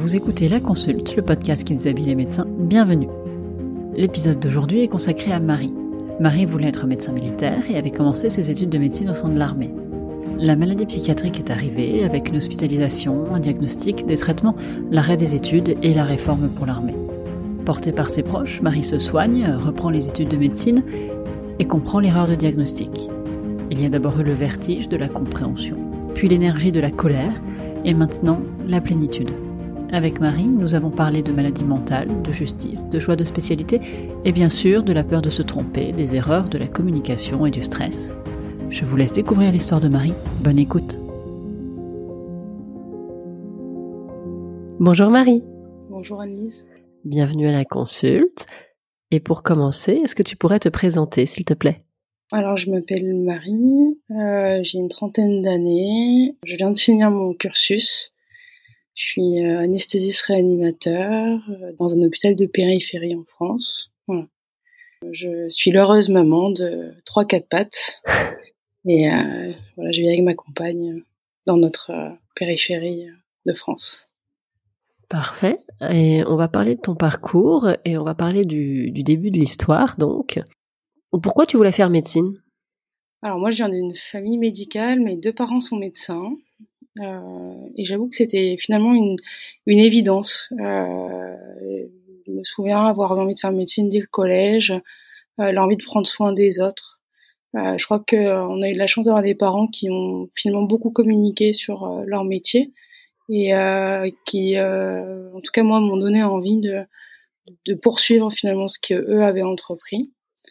Vous écoutez La Consulte, le podcast qui déshabille les médecins. Bienvenue. L'épisode d'aujourd'hui est consacré à Marie. Marie voulait être médecin militaire et avait commencé ses études de médecine au sein de l'armée. La maladie psychiatrique est arrivée avec une hospitalisation, un diagnostic, des traitements, l'arrêt des études et la réforme pour l'armée. Portée par ses proches, Marie se soigne, reprend les études de médecine et comprend l'erreur de diagnostic. Il y a d'abord eu le vertige de la compréhension, puis l'énergie de la colère et maintenant la plénitude. Avec Marie, nous avons parlé de maladie mentale, de justice, de choix de spécialité et bien sûr de la peur de se tromper, des erreurs, de la communication et du stress. Je vous laisse découvrir l'histoire de Marie. Bonne écoute. Bonjour Marie. Bonjour Annelise. Bienvenue à La Consulte. Et pour commencer, est-ce que tu pourrais te présenter s'il te plaît ? Alors je m'appelle Marie, j'ai une trentaine d'années, je viens de finir mon cursus. Je suis anesthésiste réanimateur dans un hôpital de périphérie en France. Voilà. Je suis l'heureuse maman de 3-4 pattes et voilà, je vis avec ma compagne dans notre périphérie de France. Parfait. Et on va parler de ton parcours et on va parler du début de l'histoire donc. Pourquoi tu voulais faire médecine ? Alors moi je viens d'une famille médicale, mes deux parents sont médecins. Et j'avoue que c'était finalement une évidence. Je me souviens avoir envie de faire médecine dès le collège, l'envie de prendre soin des autres. Je crois qu'on a eu de la chance d'avoir des parents qui ont finalement beaucoup communiqué sur leur métier et qui, en tout cas moi, m'ont donné envie de poursuivre finalement ce qu'eux avaient entrepris.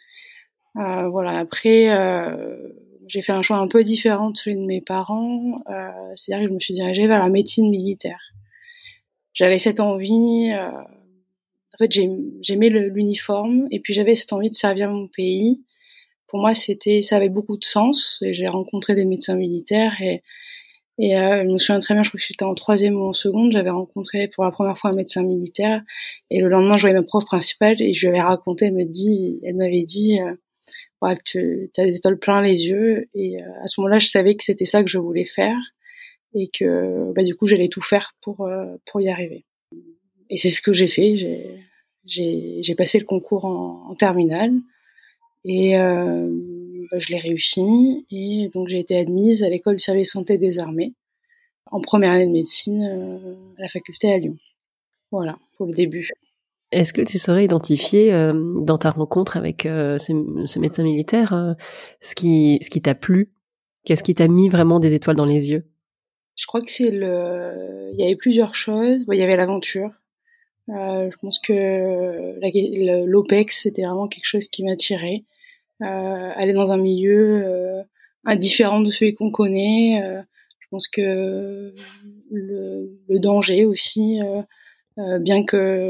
Voilà. Après, j'ai fait un choix un peu différent de celui de mes parents. C'est-à-dire que je me suis dirigée vers la médecine militaire. J'avais cette envie. En fait, j'aimais l'uniforme et puis j'avais cette envie de servir mon pays. Pour moi, ça avait beaucoup de sens. Et j'ai rencontré des médecins militaires et je me souviens très bien. Je crois que j'étais en troisième ou en seconde. J'avais rencontré pour la première fois un médecin militaire et le lendemain, je voyais ma prof principale et je lui avais raconté. Elle m'avait dit. Voilà, tu as des étoiles plein les yeux et à ce moment-là je savais que c'était ça que je voulais faire et que du coup j'allais tout faire pour y arriver et c'est ce que j'ai fait. J'ai passé le concours en terminale et je l'ai réussi et donc j'ai été admise à l'école du service santé des armées en première année de médecine à la faculté à Lyon. Voilà pour le début. Est-ce que tu saurais identifier dans ta rencontre avec ce médecin militaire ce qui t'a plu ? Qu'est-ce qui t'a mis vraiment des étoiles dans les yeux ? Je crois que il y avait plusieurs choses. Il y avait l'aventure. Je pense que l'OPEX, c'était vraiment quelque chose qui m'attirait. Aller dans un milieu indifférent de celui qu'on connaît. Je pense que le danger aussi, bien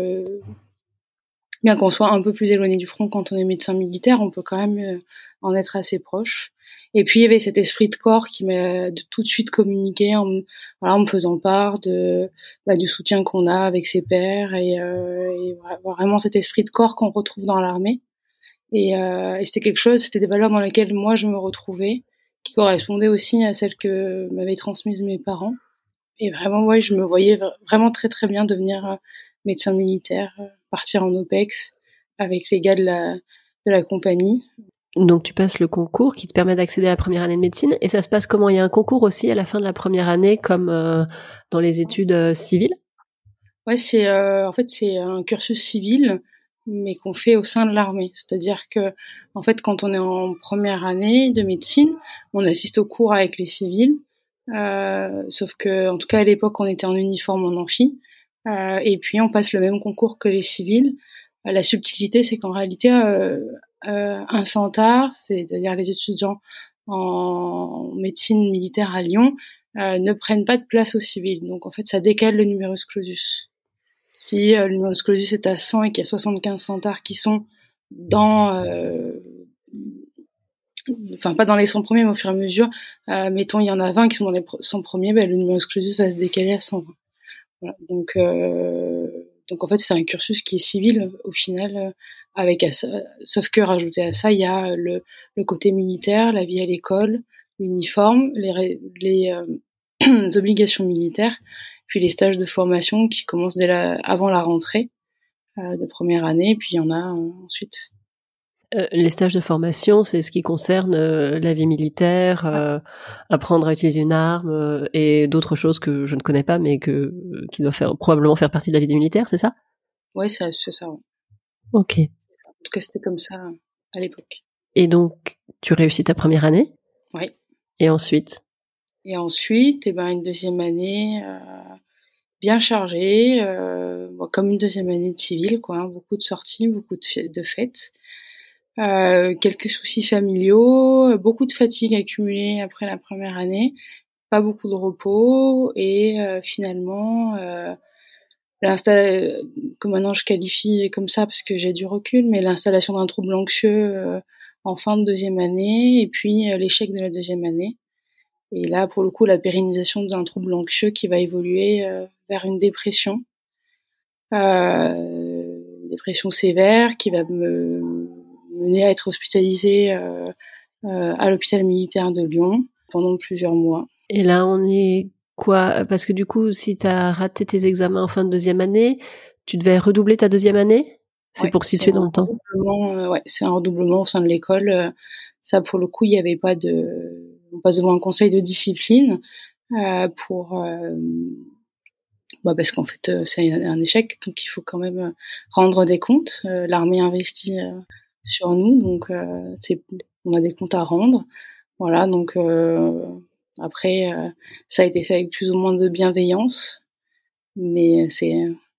qu'on soit un peu plus éloigné du front quand on est médecin militaire, on peut quand même en être assez proche. Et puis il y avait cet esprit de corps qui m'a tout de suite communiqué en me faisant part du soutien qu'on a avec ses pairs et voilà, vraiment cet esprit de corps qu'on retrouve dans l'armée. Et c'était des valeurs dans lesquelles moi je me retrouvais, qui correspondaient aussi à celles que m'avaient transmises mes parents. Et vraiment, ouais, je me voyais vraiment très très bien devenir médecin militaire, partir en OPEX avec les gars de la compagnie. Donc tu passes le concours qui te permet d'accéder à la première année de médecine et ça se passe comment ? Il y a un concours aussi à la fin de la première année comme dans les études civiles ? Ouais, c'est un cursus civil mais qu'on fait au sein de l'armée. C'est-à-dire que en fait quand on est en première année de médecine, on assiste aux cours avec les civils. Sauf que, en tout cas à l'époque, on était en uniforme en amphi, et puis on passe le même concours que les civils. La subtilité, c'est qu'en réalité, un centar, c'est-à-dire les étudiants en médecine militaire à Lyon, ne prennent pas de place aux civils. Donc en fait, ça décale le numerus clausus. Si le numerus clausus est à 100 et qu'il y a 75 centars qui sont pas dans les 100 premiers, mais au fur et à mesure, mettons, il y en a 20 qui sont dans les 100 premiers, le numerus clausus va se décaler à 120. Voilà. Donc en fait, c'est un cursus qui est civil, au final, sauf que rajouté à ça, il y a le côté militaire, la vie à l'école, l'uniforme, les obligations militaires, puis les stages de formation qui commencent avant la rentrée de première année, puis il y en a ensuite. Les stages de formation, c'est ce qui concerne la vie militaire, apprendre à utiliser une arme et d'autres choses que je ne connais pas, mais qui doivent probablement faire partie de la vie des militaires, c'est ça? Ouais, c'est ça. Ouais. Ok. En tout cas, c'était comme ça à l'époque. Et donc, tu réussis ta première année? Oui. Et ensuite? Et ensuite, une deuxième année bien chargée, comme une deuxième année de civil, quoi. Hein, beaucoup de sorties, beaucoup de fêtes. Quelques soucis familiaux, beaucoup de fatigue accumulée après la première année, pas beaucoup de repos et finalement que maintenant je qualifie comme ça parce que j'ai du recul, mais l'installation d'un trouble anxieux en fin de deuxième année et puis l'échec de la deuxième année. Et là, pour le coup, la pérennisation d'un trouble anxieux qui va évoluer vers une dépression. Dépression sévère qui va me mener à être hospitalisée à l'hôpital militaire de Lyon pendant plusieurs mois. Et là, on est quoi? Parce que du coup, si tu as raté tes examens en fin de deuxième année, tu devais redoubler ta deuxième année? C'est pour situer dans le temps. Ouais, c'est un redoublement au sein de l'école. Ça, pour le coup, il n'y avait pas de... On passe devant un conseil de discipline parce qu'en fait, c'est un échec, donc il faut quand même rendre des comptes. L'armée investit sur nous, donc on a des comptes à rendre. Voilà, donc après, ça a été fait avec plus ou moins de bienveillance, mais c'est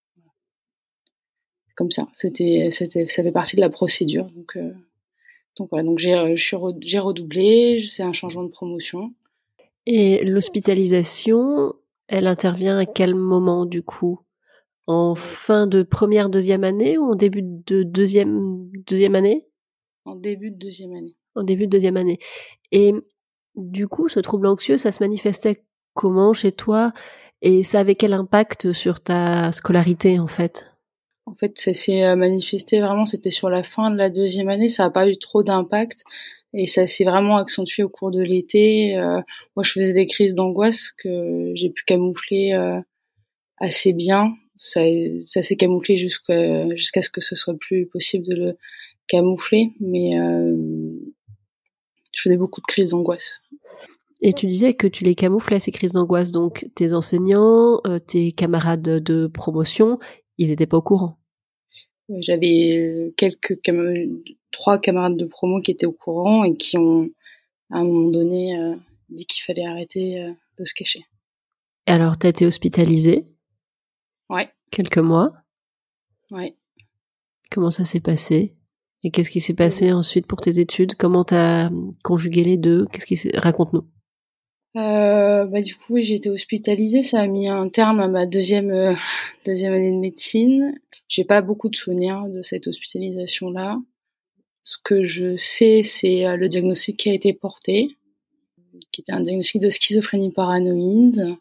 comme ça. Ça fait partie de la procédure. Donc voilà, donc j'ai redoublé. C'est un changement de promotion. Et l'hospitalisation, elle intervient à quel moment du coup? En fin de première, deuxième année ou en début de deuxième année? En début de deuxième année. En début de deuxième année. Et du coup, ce trouble anxieux, ça se manifestait comment chez toi? Et ça avait quel impact sur ta scolarité en fait? En fait, ça s'est manifesté vraiment, c'était sur la fin de la deuxième année, ça n'a pas eu trop d'impact et ça s'est vraiment accentué au cours de l'été. Moi, je faisais des crises d'angoisse que j'ai pu camoufler assez bien. Ça s'est camouflé jusqu'à ce que ce soit plus possible de le camoufler, mais je faisais beaucoup de crises d'angoisse. Et tu disais que tu les camouflais, ces crises d'angoisse, donc tes enseignants, tes camarades de promotion, ils étaient pas au courant? J'avais trois camarades de promo qui étaient au courant et qui ont, à un moment donné, dit qu'il fallait arrêter de se cacher. Et alors, t'as été hospitalisée? Ouais. Quelques mois? Ouais. Comment ça s'est passé? Et qu'est-ce qui s'est passé ensuite pour tes études? Comment t'as conjugué les deux? Raconte-nous. Du coup, oui, j'ai été hospitalisée. Ça a mis un terme à ma deuxième année de médecine. J'ai pas beaucoup de souvenirs de cette hospitalisation-là. Ce que je sais, c'est le diagnostic qui a été porté, qui était un diagnostic de schizophrénie paranoïde,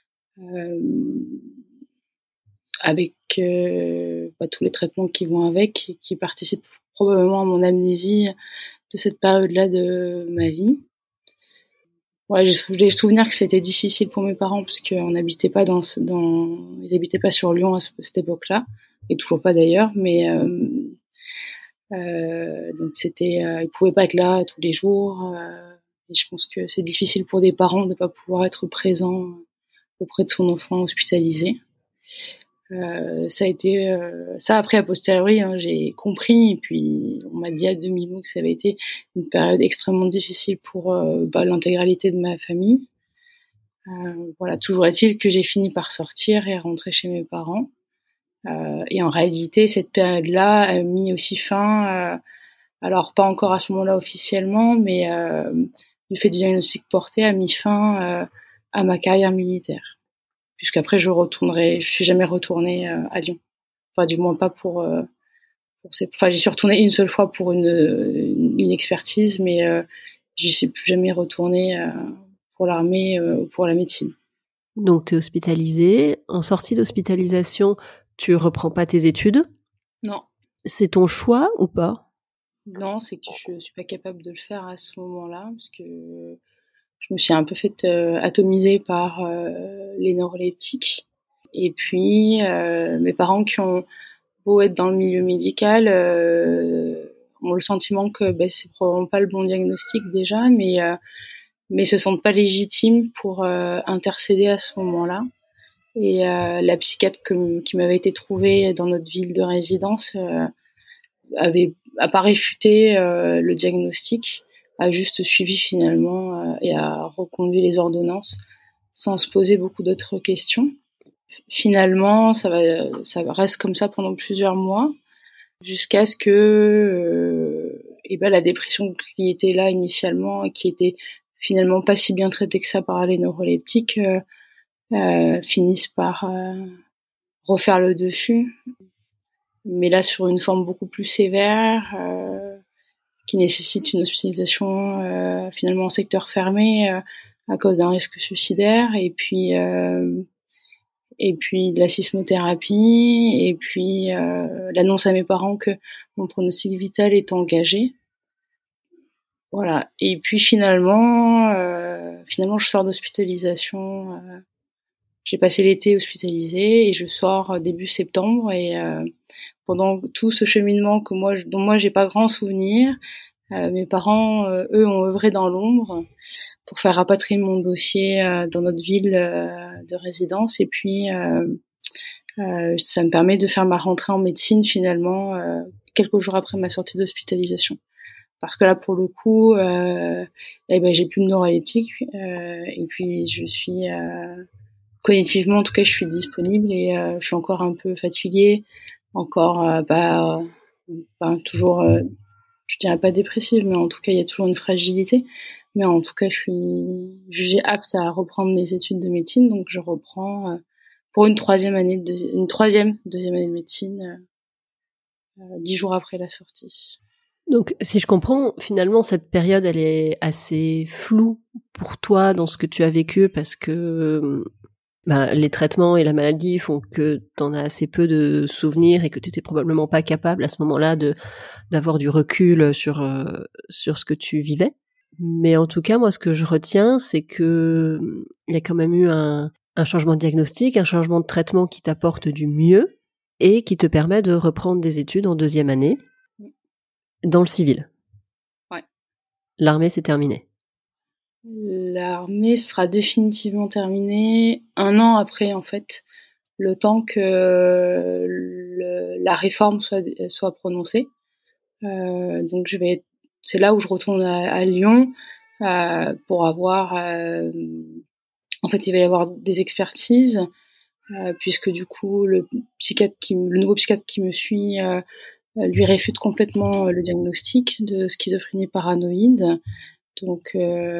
avec tous les traitements qui vont avec et qui participent probablement à mon amnésie de cette période-là de ma vie. Ouais, j'ai les souvenirs que c'était difficile pour mes parents parce qu'on n'habitait pas ils habitaient pas sur Lyon à cette époque-là, et toujours pas d'ailleurs, mais donc ils pouvaient pas être là tous les jours, et je pense que c'est difficile pour des parents de pas pouvoir être présents auprès de son enfant hospitalisé. Ça a été ça après a posteriori, hein, j'ai compris et puis on m'a dit à demi-mot que ça avait été une période extrêmement difficile pour l'intégralité de ma famille. Voilà, toujours est-il que j'ai fini par sortir et rentrer chez mes parents. Et en réalité, cette période-là a mis aussi fin, alors pas encore à ce moment-là officiellement, mais du fait du diagnostic porté, a mis fin à ma carrière militaire. Puisqu'après, je suis jamais retournée à Lyon. Enfin, du moins pas j'y suis retournée une seule fois pour une expertise, mais j'y suis plus jamais retournée pour l'armée ou pour la médecine. Donc, tu es hospitalisée. En sortie d'hospitalisation, tu reprends pas tes études? Non. C'est ton choix ou pas? Non, c'est que je suis pas capable de le faire à ce moment-là, parce que je me suis un peu fait atomiser par les neuroleptiques. Et puis mes parents qui ont beau être dans le milieu médical ont le sentiment que c'est probablement pas le bon diagnostic déjà, mais se sentent pas légitimes pour intercéder à ce moment-là. Et la psychiatre qui m'avait été trouvée dans notre ville de résidence a pas réfuté le diagnostic, a juste suivi finalement et a reconduit les ordonnances sans se poser beaucoup d'autres questions. Finalement, ça reste comme ça pendant plusieurs mois, jusqu'à ce que la dépression qui était là initialement et qui était finalement pas si bien traitée que ça par les neuroleptiques finisse par refaire le dessus, mais là sur une forme beaucoup plus sévère qui nécessite une hospitalisation finalement en secteur fermé à cause d'un risque suicidaire, et puis de la sismothérapie, et puis l'annonce à mes parents que mon pronostic vital est engagé. Voilà. Et puis finalement je sors d'hospitalisation. J'ai passé l'été hospitalisée et je sors début septembre, et pendant tout ce cheminement dont moi j'ai pas grand souvenir, mes parents eux ont œuvré dans l'ombre pour faire rapatrier mon dossier dans notre ville de résidence, et puis ça me permet de faire ma rentrée en médecine finalement quelques jours après ma sortie d'hospitalisation. Parce que là, pour le coup, j'ai plus de neuroleptique et puis je suis cognitivement, en tout cas, je suis disponible, et je suis encore un peu fatiguée, encore toujours, je dirais pas dépressive, mais en tout cas, il y a toujours une fragilité. Mais en tout cas, je suis jugée apte à reprendre mes études de médecine, donc je reprends pour une deuxième année de médecine 10 jours après la sortie. Donc, si je comprends, finalement, cette période, elle est assez floue pour toi dans ce que tu as vécu, parce que les traitements et la maladie font que t'en as assez peu de souvenirs et que t'étais probablement pas capable à ce moment-là d'avoir du recul sur ce que tu vivais. Mais en tout cas, moi, ce que je retiens, c'est que il y a quand même eu un changement de diagnostic, un changement de traitement qui t'apporte du mieux et qui te permet de reprendre des études en deuxième année dans le civil. Ouais. L'armée, c'est terminé. L'armée sera définitivement terminée 1 an après, en fait, le temps que la réforme soit prononcée. Donc c'est là où je retourne à Lyon pour avoir. En fait, il va y avoir des expertises puisque du coup le nouveau psychiatre qui me suit lui réfute complètement le diagnostic de schizophrénie paranoïde. Donc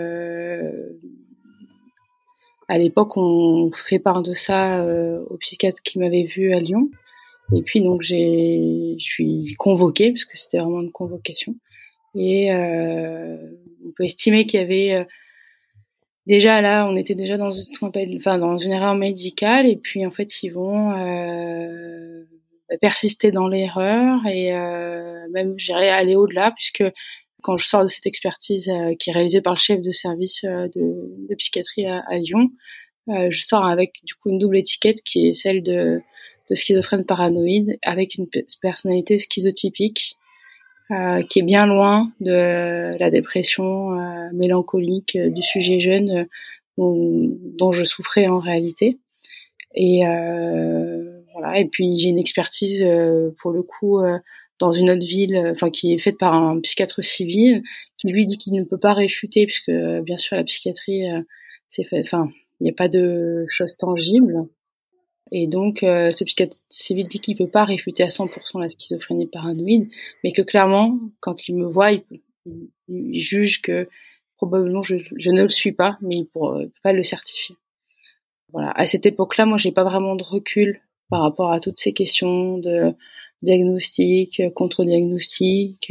à l'époque, on fait part de ça au psychiatre qui m'avait vu à Lyon. Et puis donc je suis convoquée, parce que c'était vraiment une convocation. Et on peut estimer qu'il y avait déjà là, on était déjà dans ce qu'on appelle, dans une erreur médicale. Et puis en fait, ils vont persister dans l'erreur et même, je dirais, aller au-delà, puisque quand je sors de cette expertise qui est réalisée par le chef de service de psychiatrie à Lyon, je sors avec du coup une double étiquette qui est celle de schizophrène paranoïde, avec une personnalité schizotypique qui est bien loin de la dépression mélancolique du sujet jeune dont je souffrais en réalité. Et voilà. Et puis j'ai une expertise pour le coup dans une autre ville, qui est faite par un psychiatre civil, qui lui dit qu'il ne peut pas réfuter, puisque bien sûr la psychiatrie c'est fait, il n'y a pas de choses tangibles. Et donc, ce psychiatre civil dit qu'il peut pas réfuter à 100% la schizophrénie paranoïde, mais que clairement, quand il me voit, il juge que probablement je ne le suis pas, mais il peut pas le certifier. Voilà. À cette époque-là, moi, j'ai pas vraiment de recul par rapport à toutes ces questions de diagnostic, contre-diagnostic.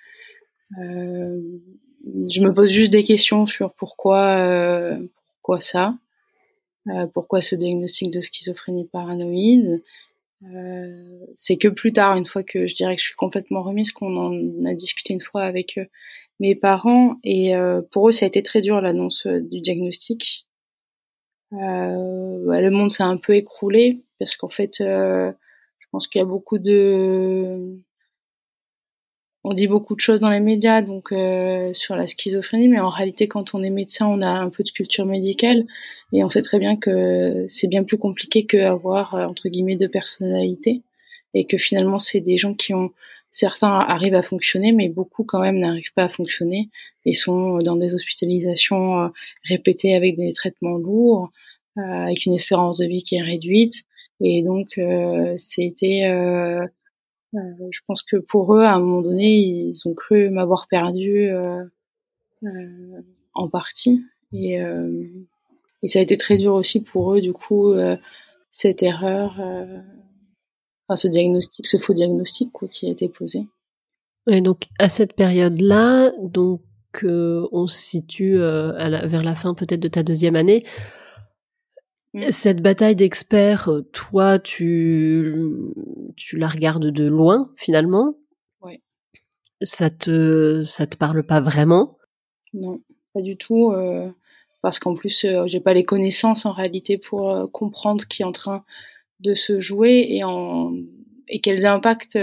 Je me pose juste des questions sur pourquoi ça. Pourquoi ce diagnostic de schizophrénie paranoïde. C'est que plus tard, une fois que je dirais que je suis complètement remise, qu'on en a discuté une fois avec mes parents, et pour eux ça a été très dur, l'annonce du diagnostic. Le monde s'est un peu écroulé parce qu'en fait, je pense qu'il y a on dit beaucoup de choses dans les médias, donc sur la schizophrénie, mais en réalité, quand on est médecin, on a un peu de culture médicale, et on sait très bien que c'est bien plus compliqué qu'avoir entre guillemets deux personnalités, et que finalement, c'est des gens certains arrivent à fonctionner, mais beaucoup quand même n'arrivent pas à fonctionner et sont dans des hospitalisations répétées avec des traitements lourds, avec une espérance de vie qui est réduite, et donc je pense que pour eux, à un moment donné, ils ont cru m'avoir perdu en partie. Et ça a été très dur aussi pour eux, du coup, cette erreur, ce diagnostic, ce faux diagnostic quoi, qui a été posé. Et donc, à cette période-là, donc, on se situe vers la fin peut-être de ta 2e année. Cette bataille d'experts, toi, tu la regardes de loin, finalement. Ouais. Ça te parle pas vraiment? Non, pas du tout, parce qu'en plus, j'ai pas les connaissances en réalité pour comprendre ce qui est en train de se jouer et quels impacts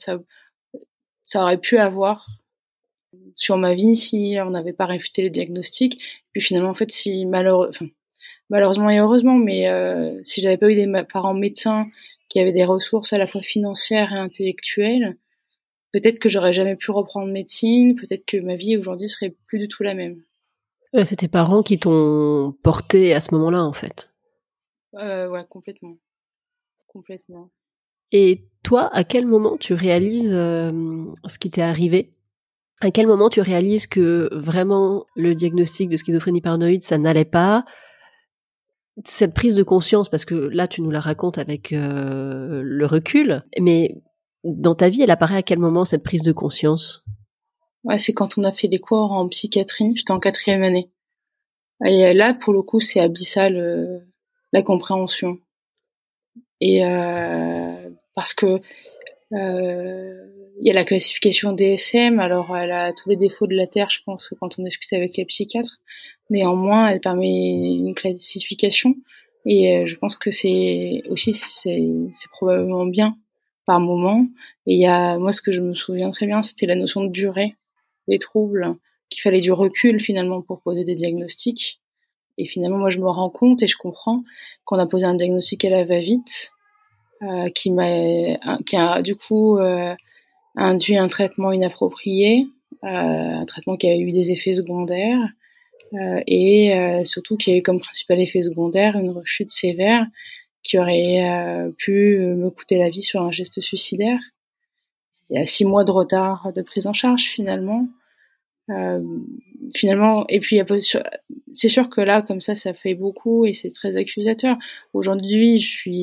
ça aurait pu avoir sur ma vie si on n'avait pas réfuté les diagnostics. Puis finalement, en fait, si malheureusement et heureusement, mais si j'avais pas eu des parents médecins qui avaient des ressources à la fois financières et intellectuelles, peut-être que j'aurais jamais pu reprendre médecine, peut-être que ma vie aujourd'hui serait plus du tout la même. C'est tes parents qui t'ont porté à ce moment-là, en fait. Ouais, complètement. Complètement. Et toi, à quel moment tu réalises ce qui t'est arrivé? À quel moment tu réalises que vraiment le diagnostic de schizophrénie paranoïde, ça n'allait pas? Cette prise de conscience, parce que là, tu nous la racontes avec le recul, mais dans ta vie, elle apparaît à quel moment, cette prise de conscience? Ouais, c'est quand on a fait les cours en psychiatrie. J'étais en 4e année. Et là, pour le coup, c'est abyssal, la compréhension. Et parce que il y a la classification DSM, alors elle a tous les défauts de la Terre, je pense, quand on discute avec les psychiatres. Néanmoins, elle permet une classification. Et je pense que c'est probablement bien par moment. Et moi, ce que je me souviens très bien, c'était la notion de durée des troubles, qu'il fallait du recul finalement pour poser des diagnostics. Et finalement, moi, je me rends compte et je comprends qu'on a posé un diagnostic à la va-vite, qui a du coup induit un traitement inapproprié, un traitement qui a eu des effets secondaires, et surtout qui a eu comme principal effet secondaire une rechute sévère qui aurait pu me coûter la vie sur un geste suicidaire. Il y a 6 mois de retard de prise en charge finalement. Finalement, et puis c'est sûr que là, comme ça fait beaucoup et c'est très accusateur. Aujourd'hui,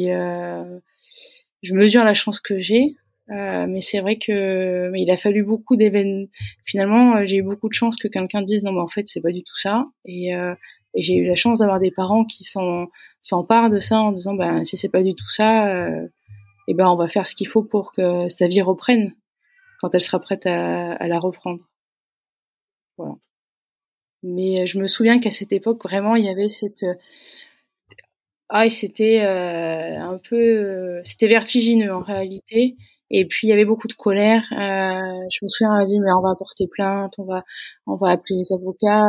je mesure la chance que j'ai, mais c'est vrai que il a fallu beaucoup d'événements. Finalement, j'ai eu beaucoup de chance que quelqu'un dise non, mais en fait, c'est pas du tout ça. Et j'ai eu la chance d'avoir des parents qui s'emparent de ça en disant ben si c'est pas du tout ça, et ben on va faire ce qu'il faut pour que sa vie reprenne quand elle sera prête à la reprendre. Voilà. Mais je me souviens qu'à cette époque, vraiment, il y avait c'était un peu, c'était vertigineux en réalité. Et puis il y avait beaucoup de colère. Je me souviens, on a dit mais on va porter plainte, on va appeler les avocats.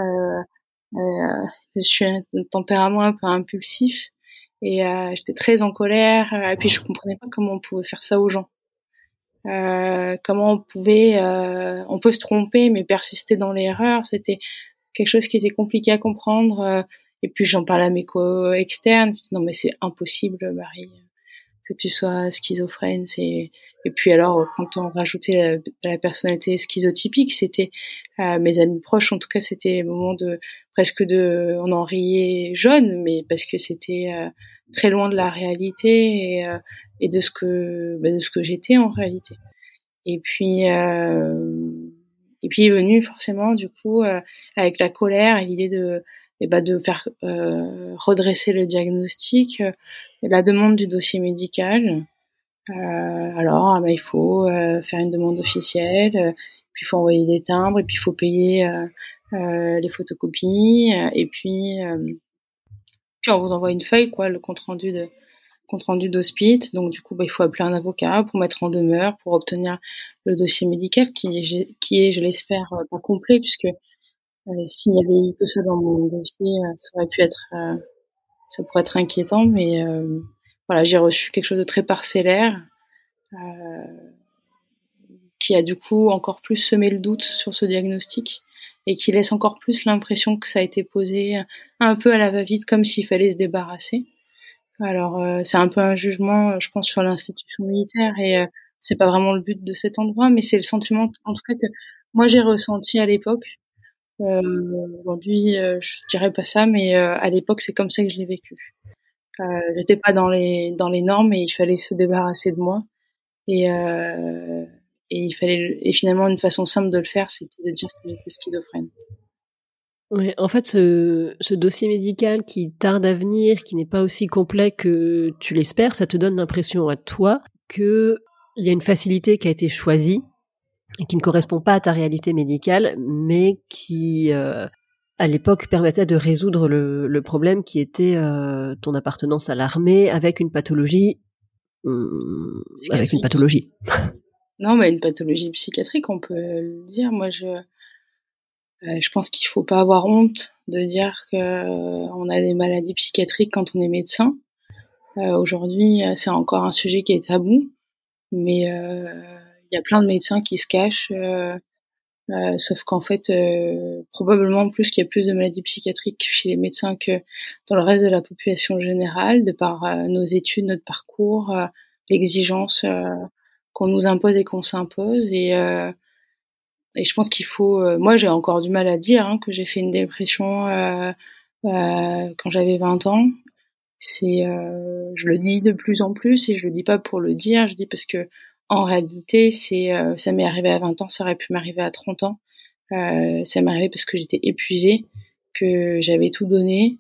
Je suis un tempérament un peu impulsif et j'étais très en colère. Et puis je comprenais pas comment on pouvait faire ça aux gens. Comment on peut se tromper mais persister dans l'erreur. C'était quelque chose qui était compliqué à comprendre. Et puis j'en parle à mes co-externes. Non mais c'est impossible, Marie, que tu sois schizophrène. Et puis alors quand on rajoutait la personnalité schizotypique, c'était mes amis proches. En tout cas, c'était le moment on en riait jaune, mais parce que c'était très loin de la réalité et de ce que j'étais en réalité. Et puis est venu forcément du coup avec la colère et l'idée de faire redresser le diagnostic, la demande du dossier médical. Alors il faut faire une demande officielle, puis il faut envoyer des timbres, et puis il faut payer les photocopies, et puis on vous envoie une feuille, quoi, le compte rendu de compte rendu d'hospice. Donc du coup, il faut appeler un avocat pour mettre en demeure, pour obtenir le dossier médical qui est, je l'espère, pas complet, puisque s'il y avait eu que ça dans mon dossier, ça aurait pu être, ça pourrait être inquiétant. Mais voilà, j'ai reçu quelque chose de très parcellaire, qui a du coup encore plus semé le doute sur ce diagnostic et qui laisse encore plus l'impression que ça a été posé un peu à la va-vite, comme s'il fallait se débarrasser. Alors c'est un peu un jugement, je pense, sur l'institution militaire, et c'est pas vraiment le but de cet endroit, mais c'est le sentiment, en tout cas, que moi j'ai ressenti à l'époque. Aujourd'hui, je dirais pas ça, mais à l'époque, c'est comme ça que je l'ai vécu. J'étais pas dans les normes et il fallait se débarrasser de moi. Et et finalement, une façon simple de le faire, c'était de dire que j'étais schizophrène. Ouais, en fait, ce dossier médical qui tarde à venir, qui n'est pas aussi complet que tu l'espères, ça te donne l'impression à toi que il y a une facilité qui a été choisie et qui ne correspond pas à ta réalité médicale, mais qui, à l'époque, permettait de résoudre le problème qui était ton appartenance à l'armée avec une pathologie. Avec une pathologie. Non, mais une pathologie psychiatrique, on peut le dire. Moi, je pense qu'il faut pas avoir honte de dire que on a des maladies psychiatriques quand on est médecin. Aujourd'hui, c'est encore un sujet qui est tabou, mais il y a plein de médecins qui se cachent, sauf qu'en fait, probablement plus qu'il y a plus de maladies psychiatriques chez les médecins que dans le reste de la population générale, de par nos études, notre parcours, l'exigence qu'on nous impose et qu'on s'impose. Et je pense qu'il faut. Moi, j'ai encore du mal à dire que j'ai fait une dépression quand j'avais 20 ans. Je le dis de plus en plus, et je le dis pas pour le dire. Je dis parce que en réalité, ça m'est arrivé à 20 ans, ça aurait pu m'arriver à 30 ans. Ça m'est arrivé parce que j'étais épuisée, que j'avais tout donné,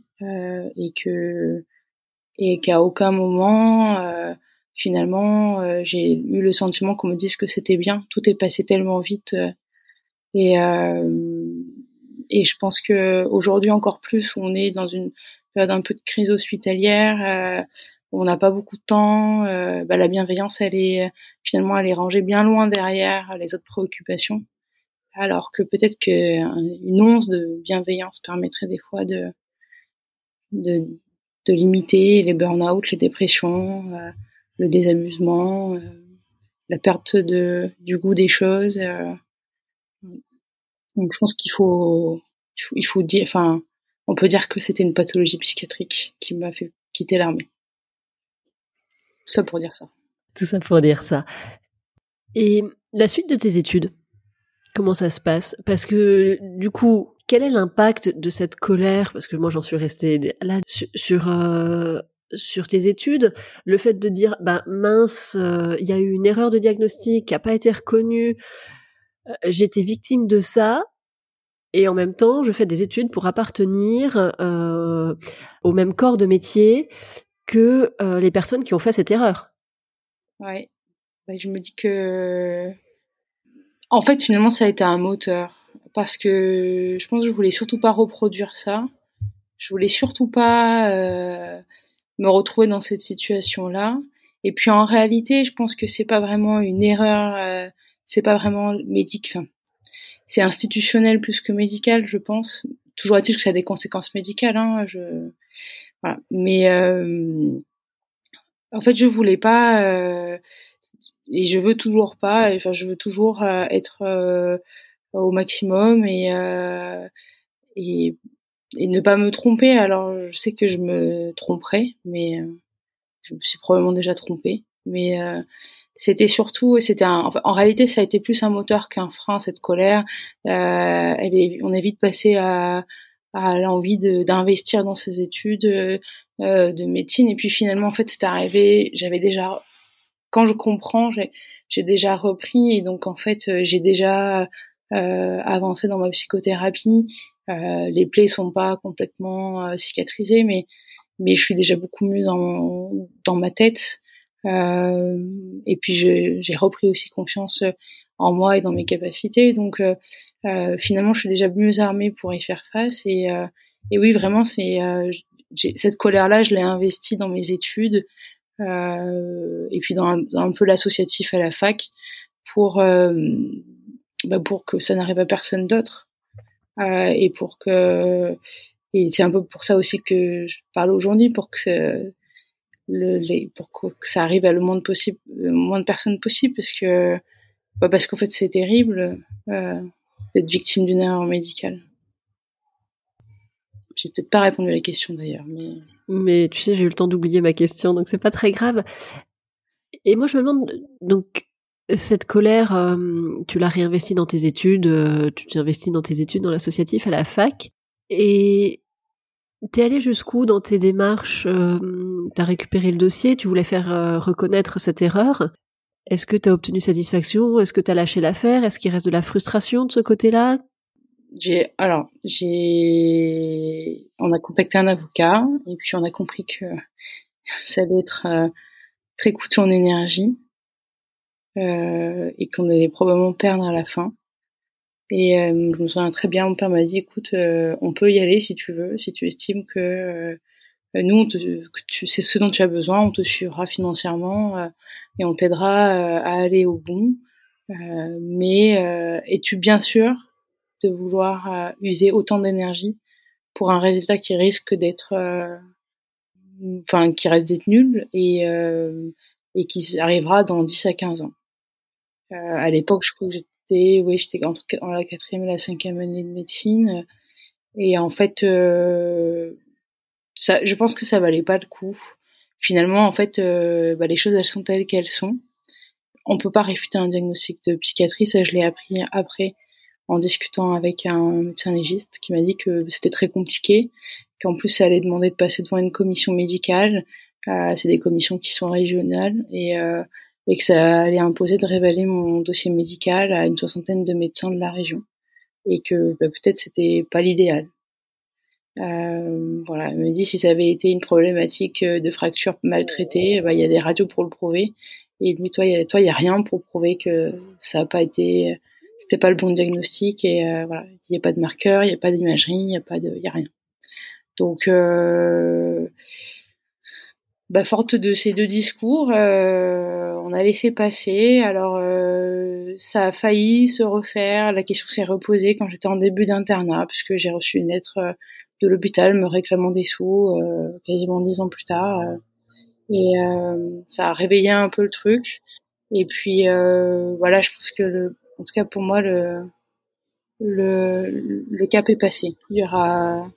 et qu'à aucun moment, finalement, j'ai eu le sentiment qu'on me dise que c'était bien. Tout est passé tellement vite. Et, et je pense que aujourd'hui encore plus, on est dans une période un peu de crise hospitalière, où on n'a pas beaucoup de temps. La bienveillance, elle est rangée bien loin derrière les autres préoccupations, alors que peut-être qu'une once de bienveillance permettrait des fois de, de limiter les burn-out, les dépressions, le désabusement, la perte du goût des choses. Donc je pense qu'il faut dire, enfin, on peut dire que c'était une pathologie psychiatrique qui m'a fait quitter l'armée. Tout ça pour dire ça. Tout ça pour dire ça. Et la suite de tes études, comment ça se passe? Parce que du coup, quel est l'impact de cette colère? Parce que moi, j'en suis restée là sur tes études. Le fait de dire, mince, il y a eu une erreur de diagnostic qui n'a pas été reconnue. J'étais victime de ça. Et en même temps, je fais des études pour appartenir au même corps de métier que les personnes qui ont fait cette erreur. Ouais. Je me dis que, en fait, finalement, ça a été un moteur. Parce que je pense que je voulais surtout pas reproduire ça. Je voulais surtout pas me retrouver dans cette situation-là. Et puis, en réalité, je pense que c'est pas vraiment une erreur, c'est pas vraiment médical. Enfin, c'est institutionnel plus que médical, je pense. Toujours est-il que ça a des conséquences médicales, voilà. Mais en fait, je voulais pas, et je veux toujours pas. Enfin, je veux toujours être au maximum, et ne pas me tromper. Alors, je sais que je me tromperai, mais je me suis probablement déjà trompée. Mais en réalité, ça a été plus un moteur qu'un frein, cette colère. On est vite passé à l'envie d'investir dans ces études de médecine. Et puis finalement, en fait, c'est arrivé. Quand je comprends, j'ai déjà repris, et donc en fait, j'ai déjà avancé dans ma psychothérapie. Les plaies sont pas complètement cicatrisées, mais je suis déjà beaucoup mieux dans ma tête. Et puis j'ai repris aussi confiance en moi et dans mes capacités. Donc finalement, je suis déjà mieux armée pour y faire face. Et oui, vraiment, cette colère-là, je l'ai investie dans mes études. et puis dans un peu l'associatif à la fac pour que ça n'arrive à personne d'autre, et et c'est un peu pour ça aussi que je parle aujourd'hui, pour que ça arrive à le moins de personnes possible, parce qu'en fait c'est terrible d'être victime d'une erreur médicale. J'ai peut-être pas répondu à la question d'ailleurs, mais tu sais, j'ai eu le temps d'oublier ma question, donc c'est pas très grave. Et moi, je me demande, donc, cette colère, tu l'as réinvestie dans tes études, tu t'es investi dans tes études, dans l'associatif, à la fac, et t'es allé jusqu'où dans tes démarches? T'as récupéré le dossier, tu voulais faire reconnaître cette erreur. Est-ce que t'as obtenu satisfaction? Est-ce que t'as lâché l'affaire? Est-ce qu'il reste de la frustration de ce côté-là? On a contacté un avocat et puis on a compris que ça allait être très coûteux en énergie, et qu'on allait probablement perdre à la fin. Et je me souviens très bien, mon père m'a dit, écoute, on peut y aller si tu veux, si tu estimes que nous, c'est ce dont tu as besoin, on te suivra financièrement, et on t'aidera à aller au bout. Mais es-tu bien sûr de vouloir user autant d'énergie pour un résultat qui risque d'être, qui reste d'être nul, et qui arrivera dans 10 à 15 ans. À l'époque, je crois que j'étais dans la 4e et la 5e année de médecine, et en fait, je pense que ça valait pas le coup. Finalement, en fait, les choses, elles sont telles qu'elles sont. On peut pas réfuter un diagnostic de psychiatrie, ça je l'ai appris après en discutant avec un médecin légiste qui m'a dit que c'était très compliqué, qu'en plus ça allait demander de passer devant une commission médicale, c'est des commissions qui sont régionales, et que ça allait imposer de révéler mon dossier médical à une 60aine de médecins de la région, et que peut-être c'était pas l'idéal. Voilà, elle me dit si ça avait été une problématique de fracture mal traitée, il y a des radios pour le prouver. Et il me dit toi, il y a rien pour prouver que ça a pas été, c'était pas le bon diagnostic. Et voilà, il y a pas de marqueur, il y a pas d'imagerie, il y a rien. Donc, forte de ces deux discours, on a laissé passer. Alors, ça a failli se refaire. La question s'est reposée quand j'étais en début d'internat, puisque j'ai reçu une lettre de l'hôpital me réclamant des sous quasiment 10 ans plus tard. Et ça a réveillé un peu le truc. Et puis, voilà, je pense que en tout cas pour moi, le cap est passé. Il y aura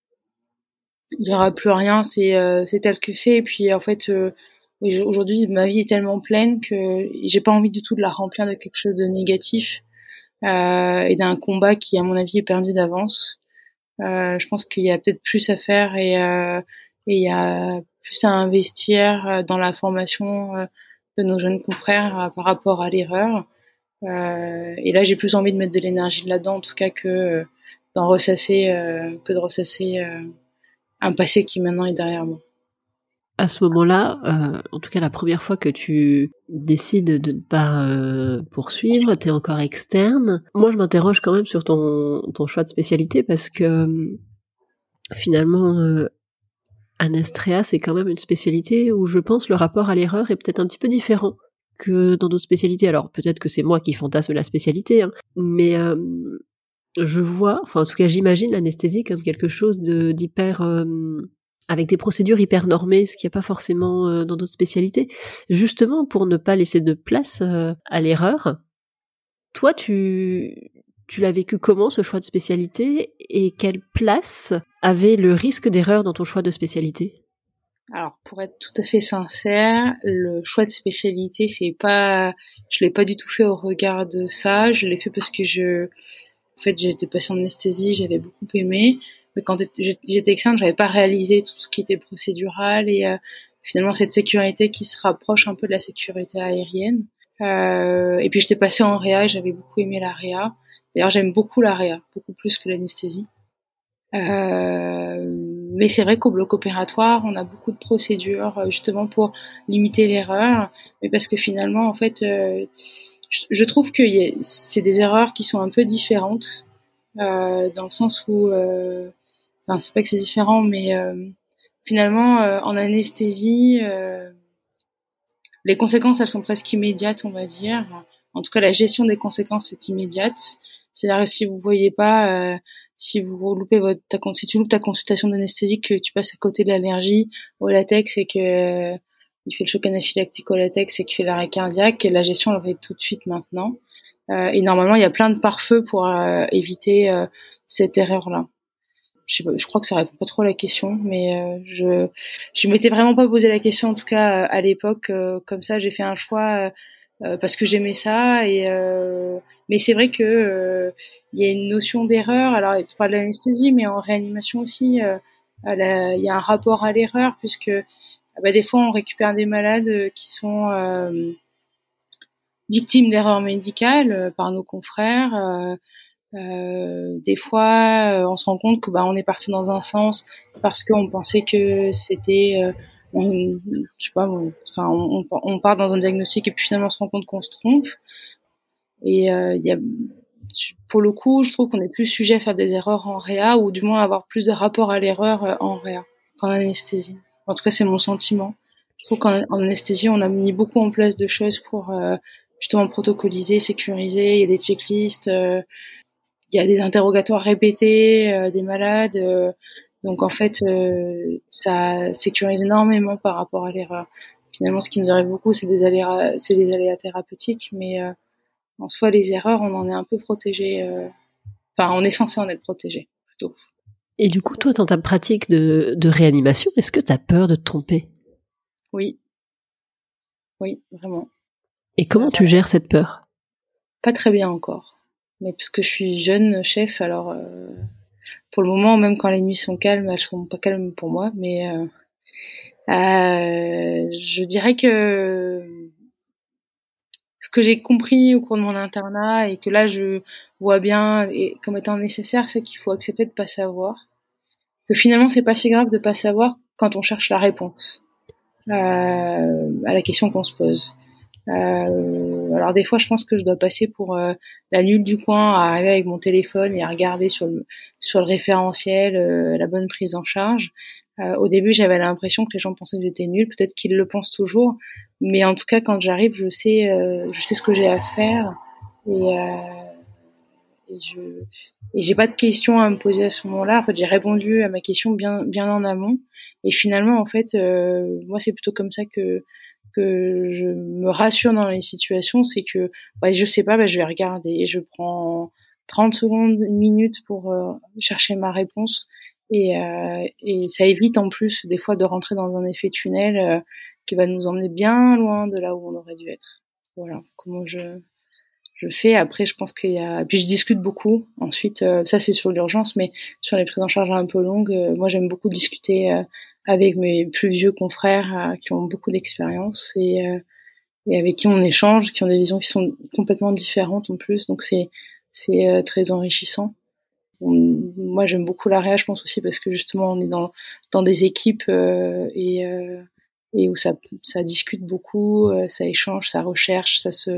plus rien, c'est tel que c'est. Et puis en fait, aujourd'hui ma vie est tellement pleine que j'ai pas envie du tout de la remplir de quelque chose de négatif, et d'un combat qui à mon avis est perdu d'avance. Je pense qu'il y a peut-être plus à faire, et il y a plus à investir dans la formation de nos jeunes confrères par rapport à l'erreur. Et là, j'ai plus envie de mettre de l'énergie là-dedans, en tout cas, que de ressasser un passé qui maintenant est derrière moi. À ce moment-là, en tout cas la première fois que tu décides de ne pas poursuivre, t'es encore externe. Moi, je m'interroge quand même sur ton choix de spécialité, parce que finalement, Anastrea, c'est quand même une spécialité où je pense le rapport à l'erreur est peut-être un petit peu différent que dans d'autres spécialités. Alors peut-être que c'est moi qui fantasme la spécialité, hein, mais je vois, enfin en tout cas j'imagine l'anesthésie comme quelque chose d'hyper avec des procédures hyper normées, ce qu'il n'y a pas forcément dans d'autres spécialités, justement pour ne pas laisser de place à l'erreur. Toi, tu l'as vécu comment, ce choix de spécialité, et quelle place avait le risque d'erreur dans ton choix de spécialité? Alors, pour être tout à fait sincère, le choix de spécialité, je l'ai pas du tout fait au regard de ça. Je l'ai fait parce que en fait, j'étais passée en anesthésie, j'avais beaucoup aimé. Mais quand j'étais externe, j'avais pas réalisé tout ce qui était procédural, et finalement cette sécurité qui se rapproche un peu de la sécurité aérienne. Et puis j'étais passée en réa, et j'avais beaucoup aimé la réa. D'ailleurs, j'aime beaucoup la réa, beaucoup plus que l'anesthésie. Mais c'est vrai qu'au bloc opératoire, on a beaucoup de procédures justement pour limiter l'erreur, mais parce que finalement, en fait, je trouve que c'est des erreurs qui sont un peu différentes, dans le sens où, c'est pas que c'est différent, mais finalement, en anesthésie, les conséquences, elles sont presque immédiates, on va dire. En tout cas, la gestion des conséquences est immédiate. C'est-à-dire que si vous voyez pas, si vous loupez si tu loupes ta consultation d'anesthésie, que tu passes à côté de l'allergie au latex et que il fait le choc anaphylactique au latex et qu'il fait l'arrêt cardiaque, et la gestion, elle va être tout de suite maintenant. Et normalement, il y a plein de pare-feux pour éviter cette erreur-là. Je sais pas, je crois que ça répond pas trop à la question, mais je m'étais vraiment pas posé la question, en tout cas à l'époque. Comme ça, j'ai fait un choix parce que j'aimais ça. Mais c'est vrai que il y a une notion d'erreur. Alors, pas de l'anesthésie, mais en réanimation aussi, il y a un rapport à l'erreur, puisque des fois, on récupère des malades qui sont victimes d'erreurs médicales par nos confrères. Des fois, on se rend compte que on est parti dans un sens parce qu'on pensait que c'était, je sais pas, on part dans un diagnostic et puis finalement on se rend compte qu'on se trompe. Et il y a, pour le coup, je trouve qu'on est plus sujet à faire des erreurs en réa, ou du moins avoir plus de rapport à l'erreur en réa qu'en anesthésie. En tout cas, c'est mon sentiment. Je trouve qu'en anesthésie, on a mis beaucoup en place de choses pour justement protocoliser, sécuriser. Il y a des checklists. Il y a des interrogatoires répétés des malades, donc en fait ça sécurise énormément par rapport à l'erreur. Finalement, ce qui nous arrive beaucoup, c'est des aléas thérapeutiques, mais en soi, les erreurs, on en est un peu protégé. Enfin, on est censé en être protégé plutôt. Et du coup, toi, dans ta pratique de réanimation, est-ce que tu as peur de te tromper? Oui, vraiment. Et comment tu gères cette peur? Pas très bien encore, mais parce que je suis jeune chef, alors pour le moment, même quand les nuits sont calmes, elles sont pas calmes pour moi, mais je dirais que ce que j'ai compris au cours de mon internat et que là je vois bien et comme étant nécessaire, c'est qu'il faut accepter de pas savoir. Que finalement, c'est pas si grave de pas savoir quand on cherche la réponse à la question qu'on se pose. Alors des fois, je pense que je dois passer pour la nulle du coin, à arriver avec mon téléphone et à regarder sur le référentiel la bonne prise en charge. Au début, j'avais l'impression que les gens pensaient que j'étais nulle. Peut-être qu'ils le pensent toujours, mais en tout cas, quand j'arrive, je sais ce que j'ai à faire et j'ai pas de questions à me poser à ce moment-là. En fait, j'ai répondu à ma question bien en amont. Et finalement, en fait, moi, c'est plutôt comme ça que je me rassure dans les situations, c'est que je sais pas, je vais regarder et je prends 30 secondes, une minute pour chercher ma réponse et ça évite en plus des fois de rentrer dans un effet tunnel qui va nous emmener bien loin de là où on aurait dû être. Voilà comment je fais. Après, je pense qu'il y a, puis je discute beaucoup. Ensuite, ça c'est sur l'urgence, mais sur les prises en charge un peu longues, moi j'aime beaucoup discuter avec mes plus vieux confrères qui ont beaucoup d'expérience et avec qui on échange, qui ont des visions qui sont complètement différentes en plus. Donc c'est très enrichissant. Moi j'aime beaucoup la réa, je pense aussi parce que justement on est dans des équipes et où ça discute beaucoup, ça échange, ça recherche,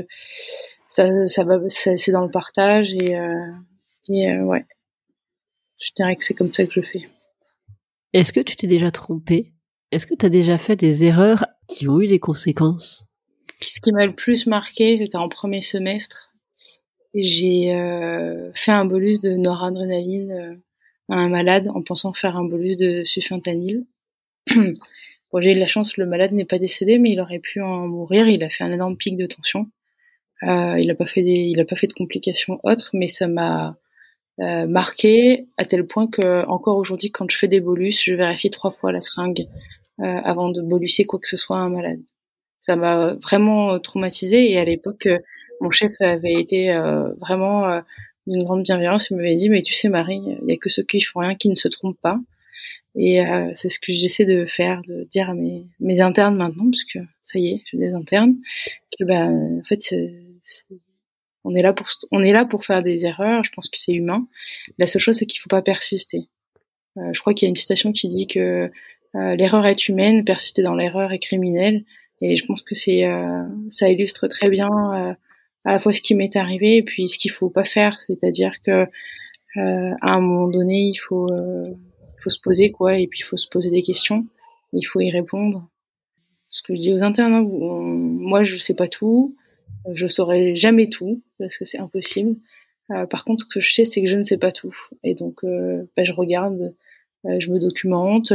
c'est dans le partage et ouais, je dirais que c'est comme ça que je fais. Est-ce que tu t'es déjà trompé? Est-ce que tu as déjà fait des erreurs qui ont eu des conséquences? Ce qui m'a le plus marqué, c'était en premier semestre. J'ai fait un bolus de noradrénaline à un malade en pensant faire un bolus de sulfentanyl. Bon, j'ai eu de la chance, le malade n'est pas décédé, mais il aurait pu en mourir. Il a fait un énorme pic de tension. Il a pas fait de complications autres, mais ça m'a marqué à tel point que encore aujourd'hui, quand je fais des bolus, je vérifie 3 fois la seringue avant de boluser quoi que ce soit à un malade. Ça m'a vraiment traumatisée et à l'époque, mon chef avait été vraiment d'une grande bienveillance. Il m'avait dit mais tu sais Marie, il y a que ceux qui font rien qui ne se trompent pas. Et c'est ce que j'essaie de faire, de dire à mes internes maintenant, parce que ça y est, j'ai des internes, que en fait on est là pour faire des erreurs. Je pense que c'est humain. La seule chose c'est qu'il faut pas persister. Je crois qu'il y a une citation qui dit que l'erreur est humaine, persister dans l'erreur est criminel. Et je pense que ça illustre très bien à la fois ce qui m'est arrivé et puis ce qu'il faut pas faire, c'est-à-dire que à un moment donné, il faut se poser quoi, et puis il faut se poser des questions, il faut y répondre ce que je dis aux internes, hein, moi je sais pas tout, je saurai jamais tout parce que c'est impossible. Par contre, ce que je sais, c'est que je ne sais pas tout, et donc je regarde, je me documente,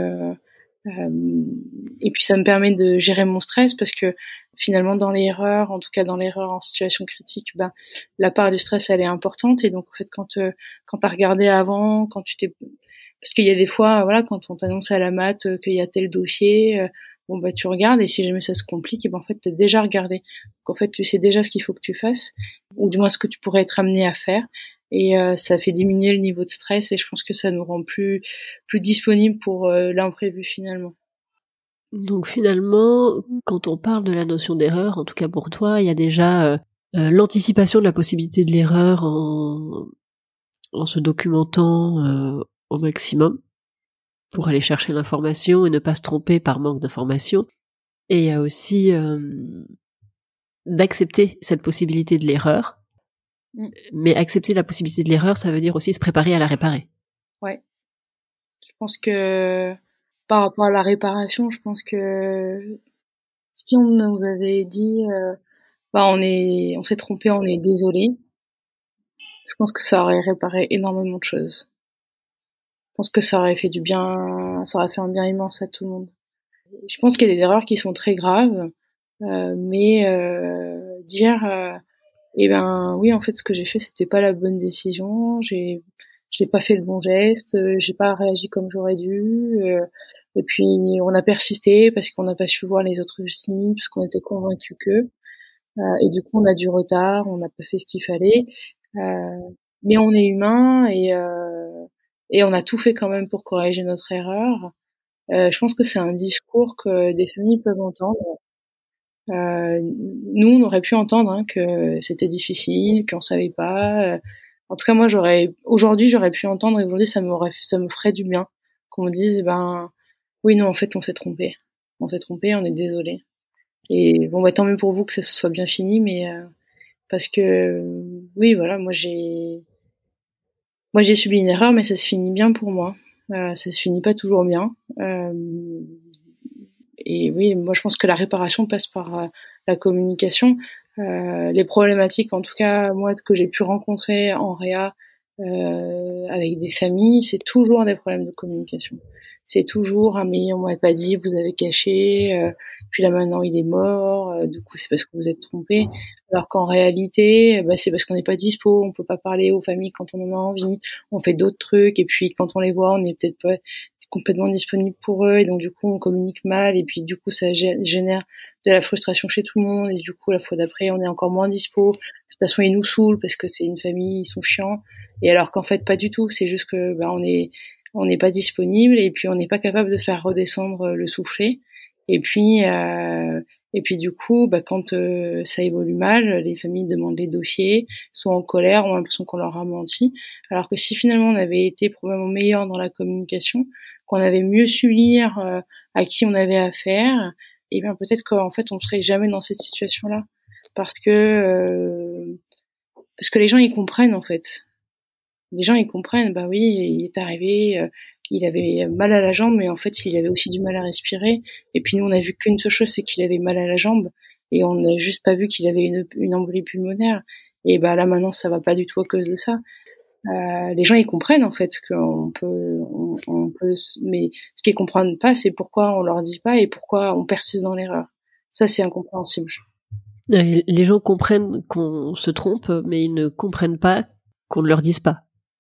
et puis ça me permet de gérer mon stress parce que finalement dans l'erreur, en tout cas dans l'erreur en situation critique, la part du stress elle est importante, et donc en fait quand t'as regardé avant, quand tu t'es parce qu'il y a des fois, voilà, quand on t'annonce à la mat qu'il y a tel dossier, tu regardes, et si jamais ça se complique, et en fait t'as déjà regardé. Donc en fait tu sais déjà ce qu'il faut que tu fasses, ou du moins ce que tu pourrais être amené à faire, et ça fait diminuer le niveau de stress, et je pense que ça nous rend plus disponible pour l'imprévu finalement. Donc finalement, quand on parle de la notion d'erreur, en tout cas pour toi, il y a déjà l'anticipation de la possibilité de l'erreur en se documentant au maximum pour aller chercher l'information et ne pas se tromper par manque d'information. Et il y a aussi d'accepter cette possibilité de l'erreur. Mais accepter la possibilité de l'erreur, ça veut dire aussi se préparer à la réparer. Ouais. Je pense que par rapport à la réparation, je pense que si on nous avait dit on s'est trompé, on est désolé, je pense que ça aurait réparé énormément de choses. Je pense que ça aurait fait du bien, ça aurait fait un bien immense à tout le monde. Je pense qu'il y a des erreurs qui sont très graves, mais dire oui, en fait ce que j'ai fait c'était pas la bonne décision, j'ai pas fait le bon geste, j'ai pas réagi comme j'aurais dû, et puis on a persisté parce qu'on n'a pas su voir les autres signes, parce qu'on était convaincus que, et du coup on a du retard, on n'a pas fait ce qu'il fallait, mais on est humain, et on a tout fait quand même pour corriger notre erreur. Je pense que c'est un discours que des familles peuvent entendre. Nous, on aurait pu entendre que c'était difficile, qu'on savait pas. En tout cas, moi, aujourd'hui, j'aurais pu entendre, et aujourd'hui, ça me ferait du bien qu'on me dise, oui, non, en fait, on s'est trompé. On s'est trompé, on est désolé. Et bon, tant mieux pour vous que ça se soit bien fini, mais parce que oui, voilà, moi j'ai subi une erreur, mais ça se finit bien pour moi. Ça se finit pas toujours bien. Et oui, moi je pense que la réparation passe par la communication. Les problématiques, en tout cas moi que j'ai pu rencontrer en réa avec des familles, c'est toujours des problèmes de communication. C'est toujours mais on m'a pas dit, vous avez caché, puis là maintenant il est mort, du coup c'est parce que vous êtes trompé. Alors qu'en réalité, c'est parce qu'on n'est pas dispo, on peut pas parler aux familles quand on en a envie, on fait d'autres trucs, et puis quand on les voit, on n'est peut-être pas complètement disponible pour eux, et donc du coup on communique mal, et puis du coup ça génère de la frustration chez tout le monde, et du coup la fois d'après on est encore moins dispo. De toute façon ils nous saoulent parce que c'est une famille, ils sont chiants, et alors qu'en fait pas du tout, c'est juste que on n'est pas disponible, et puis on n'est pas capable de faire redescendre le soufflet, et puis du coup quand ça évolue mal, les familles demandent les dossiers, sont en colère, ont l'impression qu'on leur a menti, alors que si finalement on avait été probablement meilleur dans la communication, qu'on avait mieux su lire à qui on avait affaire, et bien peut-être qu'en fait on serait jamais dans cette situation-là, parce que les gens ils comprennent en fait. Les gens ils comprennent, oui, il est arrivé, il avait mal à la jambe, mais en fait il avait aussi du mal à respirer, et puis nous on a vu qu'une seule chose, c'est qu'il avait mal à la jambe, et on n'a juste pas vu qu'il avait une embolie pulmonaire, et là maintenant ça va pas du tout à cause de ça. Les gens ils comprennent en fait qu'on peut, on peut, mais ce qu'ils comprennent pas, c'est pourquoi on leur dit pas et pourquoi on persiste dans l'erreur. Ça c'est incompréhensible. Les gens comprennent qu'on se trompe, mais ils ne comprennent pas qu'on ne leur dise pas.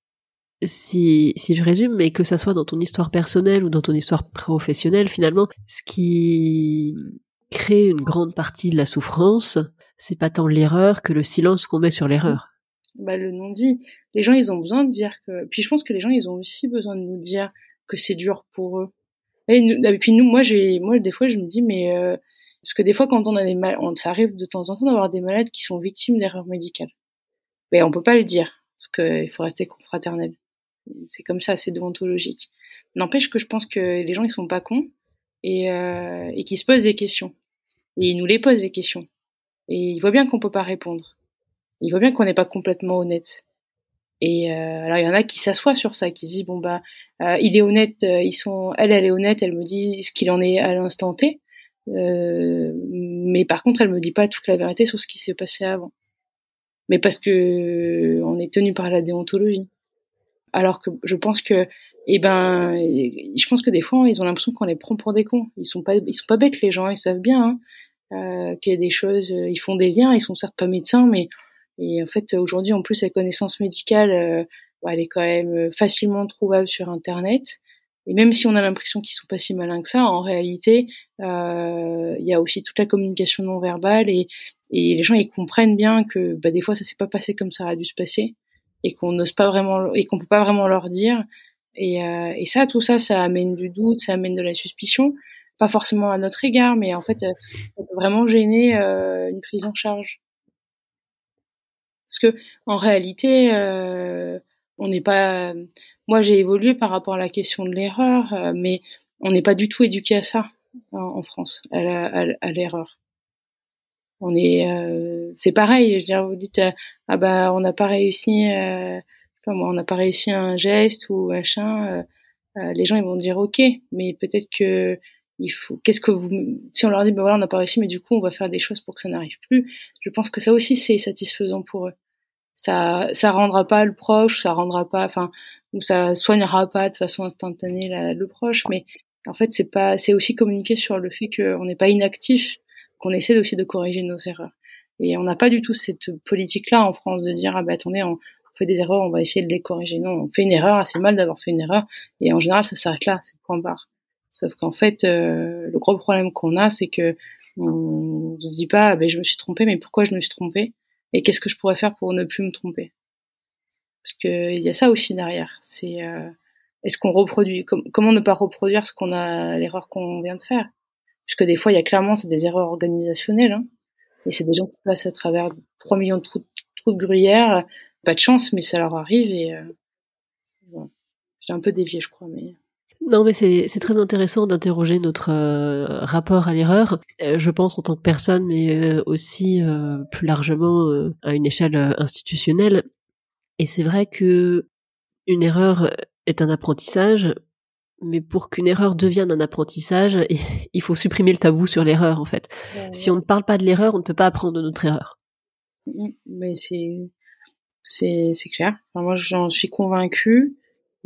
Si je résume, mais que ça soit dans ton histoire personnelle ou dans ton histoire professionnelle, finalement, ce qui crée une grande partie de la souffrance, c'est pas tant l'erreur que le silence qu'on met sur l'erreur. Le non-dit. Les gens, ils ont besoin de dire que... Puis je pense que les gens, ils ont aussi besoin de nous dire que c'est dur pour eux. Et puis nous, moi, des fois, je me dis, mais... parce que des fois, quand on a des ça arrive de temps en temps d'avoir des malades qui sont victimes d'erreurs médicales. Mais on peut pas le dire, parce qu'il faut rester confraternel. C'est comme ça, c'est déontologique. N'empêche que je pense que les gens, ils sont pas cons, et qu'ils se posent des questions. Et ils nous les posent, les questions. Et ils voient bien qu'on peut pas répondre. Il voit bien qu'on n'est pas complètement honnête. Et alors il y en a qui s'assoient sur ça, qui se disent il est honnête, elle est honnête, elle me dit ce qu'il en est à l'instant T. Mais par contre, elle me dit pas toute la vérité sur ce qui s'est passé avant. Mais parce que on est tenu par la déontologie. Alors que je pense que, je pense que des fois, ils ont l'impression qu'on les prend pour des cons. Ils sont pas bêtes, les gens, ils savent bien, qu'il y a des choses, ils font des liens, ils sont certes pas médecins, mais, et en fait, aujourd'hui, en plus, la connaissance médicale, elle est quand même facilement trouvable sur Internet. Et même si on a l'impression qu'ils sont pas si malins que ça, en réalité, il y a aussi toute la communication non verbale et les gens, ils comprennent bien que, des fois, ça s'est pas passé comme ça aurait dû se passer et qu'on n'ose pas vraiment et qu'on peut pas vraiment leur dire. Et ça, tout ça, ça amène du doute, ça amène de la suspicion, pas forcément à notre égard, mais en fait, ça peut vraiment gêner une prise en charge. Parce que en réalité, on n'est pas. Moi, j'ai évolué par rapport à la question de l'erreur, mais on n'est pas du tout éduqué à ça en France, à l'erreur. On est, c'est pareil. Je veux dire, vous dites, on n'a pas réussi, on n'a pas réussi un geste ou machin. Les gens ils vont dire ok, mais peut-être que il faut. Qu'est-ce que vous, si on leur dit voilà on n'a pas réussi, mais du coup on va faire des choses pour que ça n'arrive plus. Je pense que ça aussi c'est satisfaisant pour eux. Ça rendra pas le proche, ça rendra pas, ou ça soignera pas de façon instantanée le proche, mais en fait c'est aussi communiquer sur le fait qu'on n'est pas inactif, qu'on essaie aussi de corriger nos erreurs. Et on n'a pas du tout cette politique-là en France de dire attendez, on fait des erreurs, on va essayer de les corriger. Non, on fait une erreur, c'est mal d'avoir fait une erreur, et en général ça s'arrête là, c'est point barre. Sauf qu'en fait, le gros problème qu'on a, c'est que on se dit pas je me suis trompé, mais pourquoi je me suis trompé? Et qu'est-ce que je pourrais faire pour ne plus me tromper? Parce que il y a ça aussi derrière. C'est est-ce qu'on reproduit comment ne pas reproduire l'erreur qu'on vient de faire? Puisque des fois, il y a clairement c'est des erreurs organisationnelles, hein, et c'est des gens qui passent à travers 3 millions de trous de gruyère. Pas de chance, mais ça leur arrive et voilà. J'ai un peu dévié, je crois, mais. Non, mais c'est très intéressant d'interroger notre rapport à l'erreur. Je pense en tant que personne, mais aussi plus largement à une échelle institutionnelle. Et c'est vrai que une erreur est un apprentissage, mais pour qu'une erreur devienne un apprentissage, il faut supprimer le tabou sur l'erreur, en fait. Si on ne parle pas de l'erreur, on ne peut pas apprendre de notre erreur. Mais c'est clair. Enfin, moi, j'en suis convaincue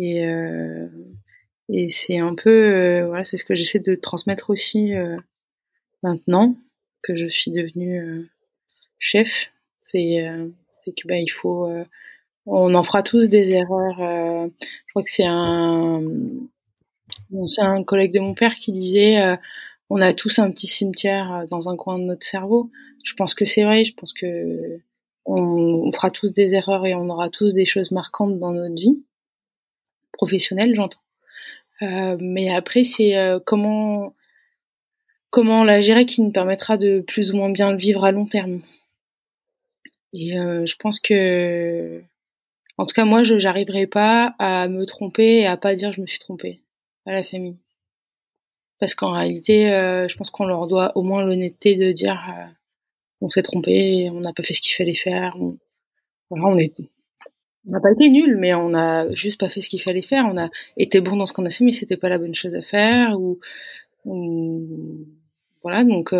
et c'est un peu voilà, c'est ce que j'essaie de transmettre aussi maintenant que je suis devenue chef. C'est que il faut on en fera tous des erreurs. Je crois que c'est un collègue de mon père qui disait on a tous un petit cimetière dans un coin de notre cerveau. Je pense que c'est vrai. Je pense que on fera tous des erreurs et on aura tous des choses marquantes dans notre vie professionnelle, j'entends. Mais après, c'est comment la gérer qui nous permettra de plus ou moins bien le vivre à long terme. Et je pense que, en tout cas, moi, j'arriverai pas à me tromper et à pas dire je me suis trompée à la famille. Parce qu'en réalité, je pense qu'on leur doit au moins l'honnêteté de dire on s'est trompé, on n'a pas fait ce qu'il fallait faire. Voilà, on n'a pas été nuls, mais on n'a juste pas fait ce qu'il fallait faire. On a été bon dans ce qu'on a fait, mais c'était pas la bonne chose à faire. Voilà, donc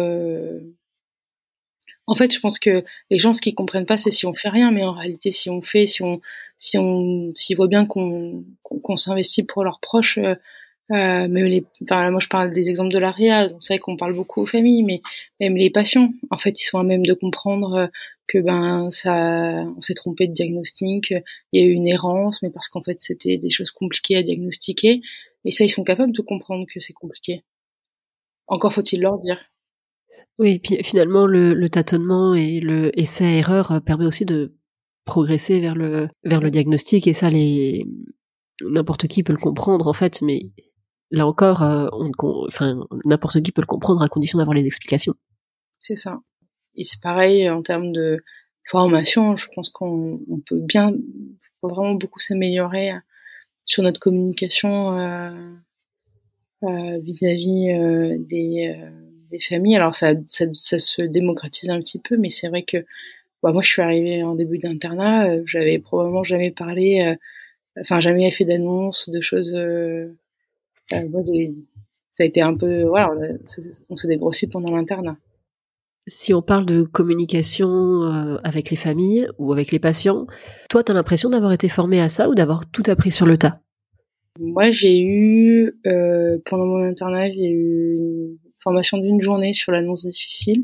en fait, je pense que les gens, ce qu'ils comprennent pas, c'est si on fait rien, mais en réalité, si on fait, s'ils voient bien qu'on s'investit pour leurs proches, même moi je parle des exemples de la RIA, donc c'est vrai qu'on parle beaucoup aux familles, mais même les patients, en fait, ils sont à même de comprendre que on s'est trompé de diagnostic, il y a eu une errance, mais parce qu'en fait c'était des choses compliquées à diagnostiquer, et ça ils sont capables de comprendre que c'est compliqué. Encore faut-il leur dire. Oui, et puis finalement le tâtonnement et le essai-erreur permet aussi de progresser vers le diagnostic, et ça n'importe qui peut le comprendre en fait, mais là encore, n'importe qui peut le comprendre à condition d'avoir les explications. C'est ça. Et c'est pareil en termes de formation, je pense qu'on peut vraiment beaucoup s'améliorer sur notre communication vis-à-vis des familles. Alors ça se démocratise un petit peu, mais c'est vrai que moi je suis arrivée en début d'internat, j'avais probablement jamais parlé, jamais fait d'annonce, de choses. ça a été un peu, voilà, on s'est dégrossi pendant l'internat. Si on parle de communication avec les familles ou avec les patients, toi, tu as l'impression d'avoir été formée à ça ou d'avoir tout appris sur le tas? Moi, j'ai eu, pendant mon internat, j'ai eu une formation d'1 journée sur l'annonce difficile.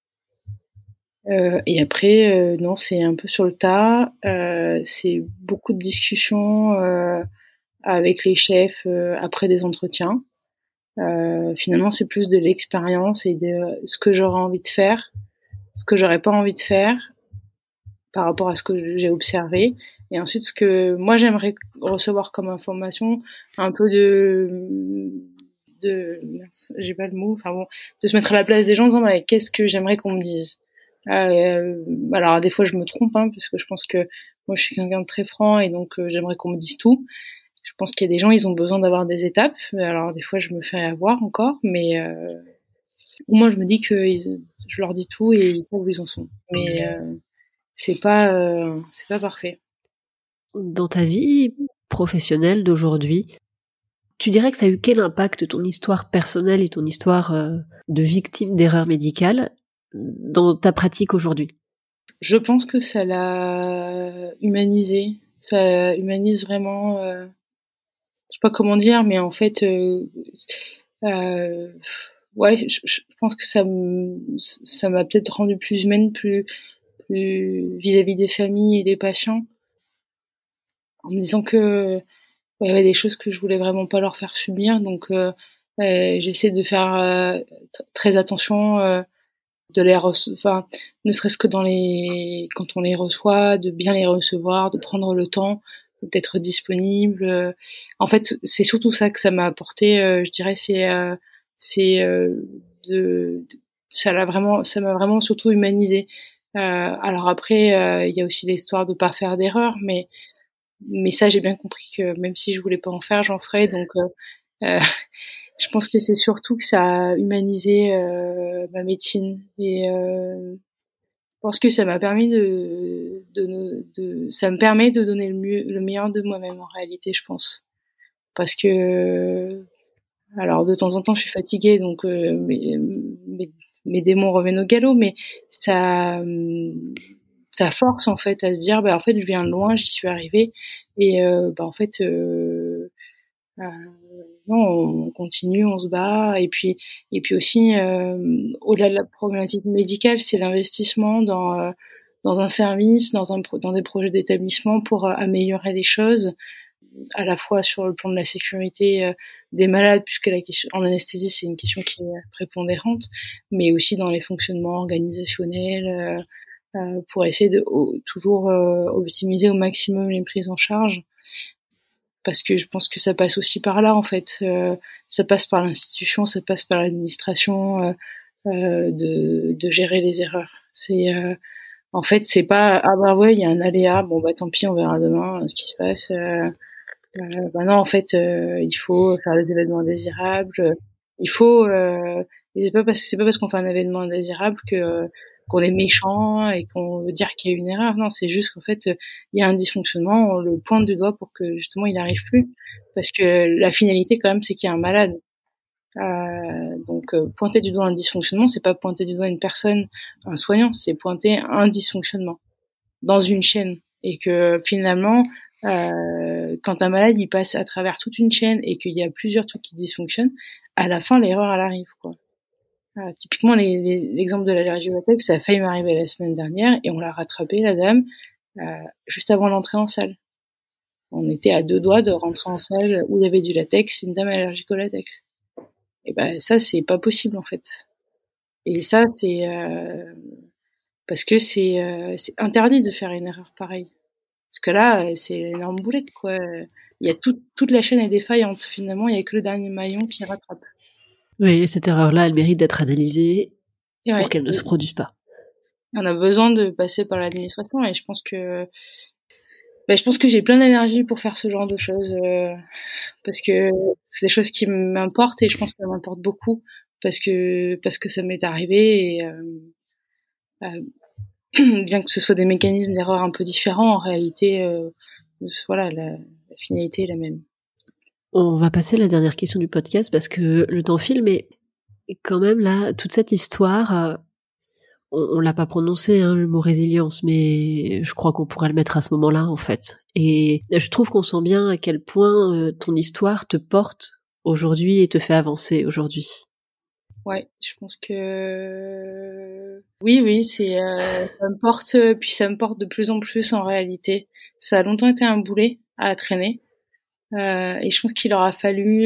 Et après, non, c'est un peu sur le tas. C'est beaucoup de discussions avec les chefs après des entretiens. Finalement, c'est plus de l'expérience et de ce que j'aurais envie de faire, ce que j'aurais pas envie de faire par rapport à ce que j'ai observé. Et ensuite, ce que moi j'aimerais recevoir comme information, un peu j'ai pas le mot, enfin bon, de se mettre à la place des gens en disant bah, qu'est-ce que j'aimerais qu'on me dise. Alors des fois je me trompe, parce que je pense que moi je suis quelqu'un de très franc et donc j'aimerais qu'on me dise tout. Je pense qu'il y a des gens, ils ont besoin d'avoir des étapes. Alors des fois je me fais avoir encore, mais moi je me dis que je leur dis tout et ils savent où ils en sont. Mais c'est pas parfait. Dans ta vie professionnelle d'aujourd'hui, tu dirais que ça a eu quel impact ton histoire personnelle et ton histoire de victime d'erreurs médicales dans ta pratique aujourd'hui? Je pense que ça l'a humanisé. Ça humanise vraiment. Je sais pas comment dire, mais en fait, ouais, je pense que ça m'a peut-être rendue plus humaine, plus vis-à-vis des familles et des patients, en me disant que il y avait des choses que je voulais vraiment pas leur faire subir, donc j'essaie de faire très attention, de les enfin, ne serait-ce que quand on les reçoit, de bien les recevoir, de prendre le temps, d'être disponible. En fait, c'est surtout ça que ça m'a apporté, je dirais, c'est de ça m'a vraiment surtout humanisé. Alors après, il y a aussi l'histoire de pas faire d'erreur, mais ça, j'ai bien compris que même si je voulais pas en faire, j'en ferais. Donc, je pense que c'est surtout que ça a humanisé ma médecine. Et je pense que ça m'a permis ça me permet de donner le meilleur de moi-même en réalité, je pense. Parce que, alors de temps en temps, je suis fatiguée, donc mes démons reviennent au galop, mais ça, ça force en fait à se dire, bah en fait, je viens de loin, j'y suis arrivée, et bah en fait, non, on continue, on se bat, et puis aussi, au-delà de la problématique médicale, c'est l'investissement dans un service, dans des projets d'établissement pour améliorer les choses, à la fois sur le plan de la sécurité des malades, puisque la question en anesthésie c'est une question qui est prépondérante, mais aussi dans les fonctionnements organisationnels, pour essayer de toujours optimiser au maximum les prises en charge, parce que je pense que ça passe aussi par là en fait. Ça passe par l'institution, ça passe par l'administration, de gérer les erreurs. En fait, c'est pas ah bah ouais, il y a un aléa, bon bah tant pis, on verra demain ce qui se passe. Bah non, en fait, il faut faire des événements indésirables. Il faut c'est pas parce qu'on fait un événement indésirable que qu'on est méchant et qu'on veut dire qu'il y a une erreur. Non, c'est juste qu'en fait, il y a un dysfonctionnement, on le pointe du doigt pour que justement il n'arrive plus. Parce que la finalité quand même, c'est qu'il y a un malade. Donc pointer du doigt un dysfonctionnement, c'est pas pointer du doigt une personne, un soignant, c'est pointer un dysfonctionnement dans une chaîne. Et que finalement, quand un malade il passe à travers toute une chaîne et qu'il y a plusieurs trucs qui dysfonctionnent, à la fin l'erreur elle arrive quoi. Typiquement l'exemple de l'allergie au latex, ça a failli m'arriver la semaine dernière et on l'a rattrapé la dame juste avant l'entrée en salle. On était à 2 doigts de rentrer en salle où il y avait du latex, une dame allergique au latex. Et ben ça c'est pas possible en fait. Et ça c'est parce que c'est interdit de faire une erreur pareille. Parce que là, c'est une énorme boulette, quoi. Il y a toute la chaîne est défaillante. Finalement, il y a que le dernier maillon qui rattrape. Oui, et cette erreur-là, elle mérite d'être analysée Ouais, pour qu'elle ne se produise pas. on a besoin de passer par l'administration et je pense que j'ai plein d'énergie pour faire ce genre de choses parce que c'est des choses qui m'importent et je pense qu'elles m'importent beaucoup parce que ça m'est arrivé et bien que ce soit des mécanismes d'erreur un peu différents, en réalité, voilà, la finalité est la même. On va passer à la dernière question du podcast parce que le temps file, mais quand même là, toute cette histoire, on l'a pas prononcé, le mot résilience, mais je crois qu'on pourrait le mettre à ce moment-là en fait. Et je trouve qu'on sent bien à quel point ton histoire te porte aujourd'hui et te fait avancer aujourd'hui. Ouais, je pense que oui, c'est ça me porte, puis ça me porte de plus en plus en réalité. Ça a longtemps été un boulet à traîner, et je pense qu'il aura fallu,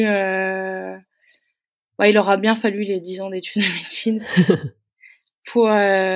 il aura bien fallu les 10 ans d'études de médecine pour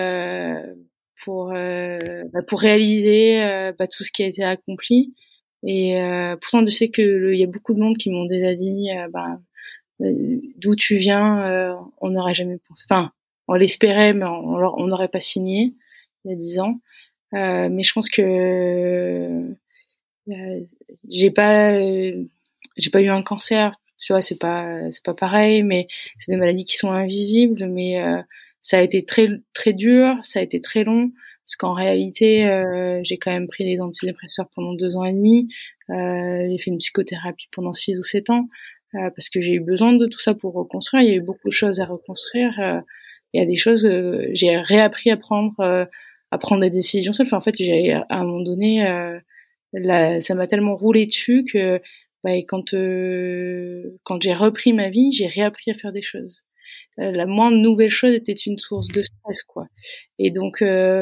réaliser tout ce qui a été accompli. Et pourtant, je sais que il y a beaucoup de monde qui m'ont déjà dit, d'où tu viens, on n'aurait jamais pensé. Enfin, on l'espérait, mais on n'aurait pas signé il y a 10 ans. Mais je pense que j'ai pas eu un cancer. Tu vois, c'est pas pareil, mais c'est des maladies qui sont invisibles. Mais ça a été très très dur, ça a été très long. Parce qu'en réalité, j'ai quand même pris des antidépresseurs pendant 2 ans et demi. J'ai fait une psychothérapie pendant 6 ou 7 ans. Parce que j'ai eu besoin de tout ça pour reconstruire. Il y a eu beaucoup de choses à reconstruire. Il y a des choses, j'ai réappris à prendre des décisions seules. Enfin, en fait, à un moment donné, ça m'a tellement roulé dessus que quand j'ai repris ma vie, j'ai réappris à faire des choses. La moindre nouvelle chose était une source de stress, quoi. Et donc,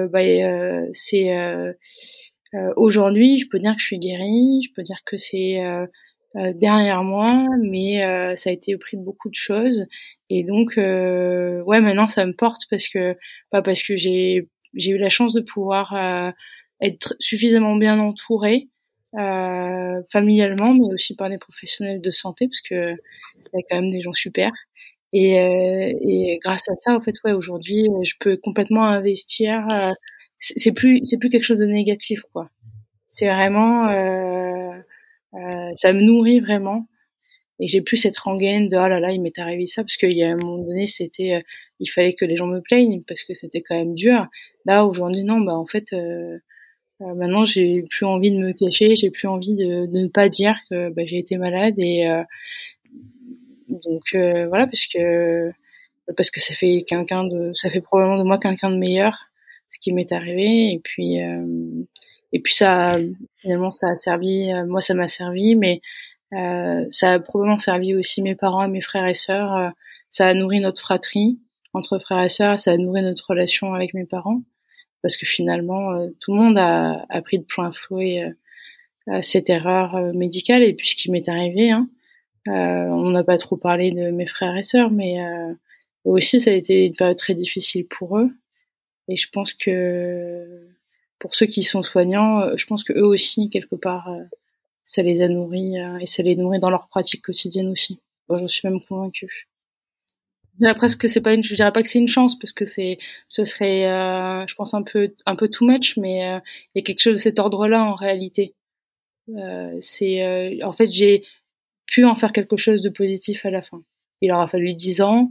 aujourd'hui, je peux dire que je suis guérie, je peux dire que c'est derrière moi, mais ça a été au prix de beaucoup de choses. Et donc, maintenant ça me porte parce que j'ai eu la chance de pouvoir être suffisamment bien entourée, familialement, mais aussi par des professionnels de santé, parce que il y a quand même des gens super. Et grâce à ça, en fait, aujourd'hui, je peux complètement investir. C'est plus quelque chose de négatif, quoi. C'est vraiment, ça me nourrit vraiment. Et j'ai plus cette rengaine de oh là là, il m'est arrivé ça, parce qu'il y a un moment donné, c'était, il fallait que les gens me plaignent parce que c'était quand même dur. Là aujourd'hui, non, en fait, maintenant j'ai plus envie de me cacher, j'ai plus envie de ne pas dire que j'ai été malade. Et donc voilà, parce que ça fait probablement de moi quelqu'un de meilleur, ce qui m'est arrivé. Et puis ça, finalement, ça a servi, moi ça m'a servi, mais ça a probablement servi aussi mes parents et mes frères et sœurs. Ça a nourri notre fratrie entre frères et sœurs, ça a nourri notre relation avec mes parents, parce que finalement tout le monde a pris de plein fouet cette erreur médicale. Et puis ce qui m'est arrivé, on n'a pas trop parlé de mes frères et sœurs, mais aussi ça a été une période très difficile pour eux. Et je pense que pour ceux qui sont soignants, je pense que eux aussi, quelque part, ça les a nourris, et ça les nourrit dans leur pratique quotidienne aussi. Bon, j'en suis même convaincue. Je dirais pas que c'est une chance, parce que ce serait, je pense un peu too much, mais il y a quelque chose de cet ordre-là en réalité. En fait, j'ai pu en faire quelque chose de positif à la fin. Il aura fallu 10 ans,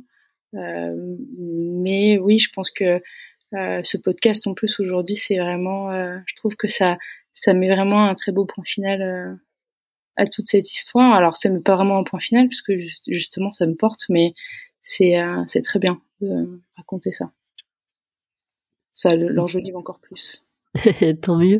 mais oui, je pense que ce podcast en plus aujourd'hui, c'est vraiment, je trouve que ça met vraiment un très beau point final à toute cette histoire. Alors c'est pas vraiment un point final, parce que justement ça me porte, mais c'est très bien de raconter ça. Ça l'enjolive encore plus. Tant mieux.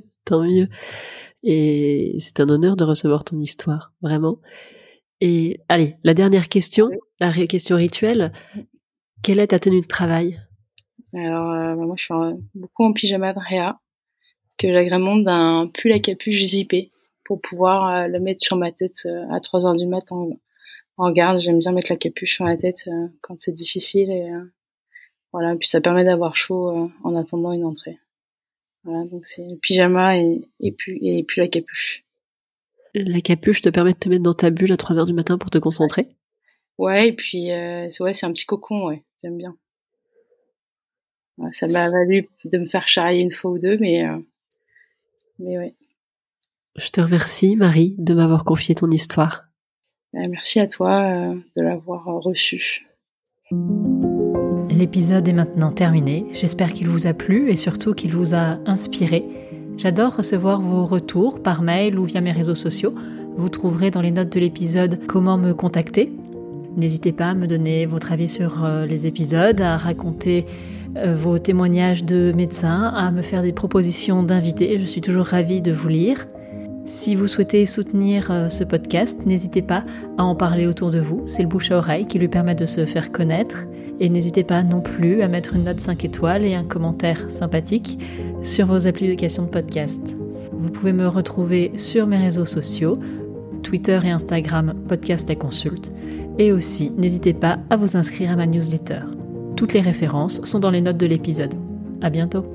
Et c'est un honneur de recevoir ton histoire, vraiment. Et allez, la dernière question, la question rituelle. Quelle est ta tenue de travail? Alors, moi, je suis beaucoup en pyjama de réa, que j'agrémente d'un pull à capuche zippé pour pouvoir le mettre sur ma tête à 3h du matin en garde. J'aime bien mettre la capuche sur la tête quand c'est difficile. Et voilà, puis ça permet d'avoir chaud en attendant une entrée. Voilà, donc c'est le pyjama et puis la capuche. La capuche te permet de te mettre dans ta bulle à 3h du matin pour te concentrer? Ouais, et puis c'est un petit cocon, ouais, j'aime bien. Ouais, ça m'a valu de me faire charrier une fois ou deux, mais ouais. Je te remercie, Marie, de m'avoir confié ton histoire. Merci à toi de l'avoir reçue. L'épisode est maintenant terminé. J'espère qu'il vous a plu et surtout qu'il vous a inspiré. J'adore recevoir vos retours par mail ou via mes réseaux sociaux. Vous trouverez dans les notes de l'épisode comment me contacter. N'hésitez pas à me donner votre avis sur les épisodes, à raconter vos témoignages de médecins, à me faire des propositions d'invités. Je suis toujours ravie de vous lire. Si vous souhaitez soutenir ce podcast, n'hésitez pas à en parler autour de vous. C'est le bouche à oreille qui lui permet de se faire connaître. Et n'hésitez pas non plus à mettre une note 5 étoiles et un commentaire sympathique sur vos applications de podcast. Vous pouvez me retrouver sur mes réseaux sociaux, Twitter et Instagram, Podcast La Consulte. Et aussi, n'hésitez pas à vous inscrire à ma newsletter. Toutes les références sont dans les notes de l'épisode. À bientôt.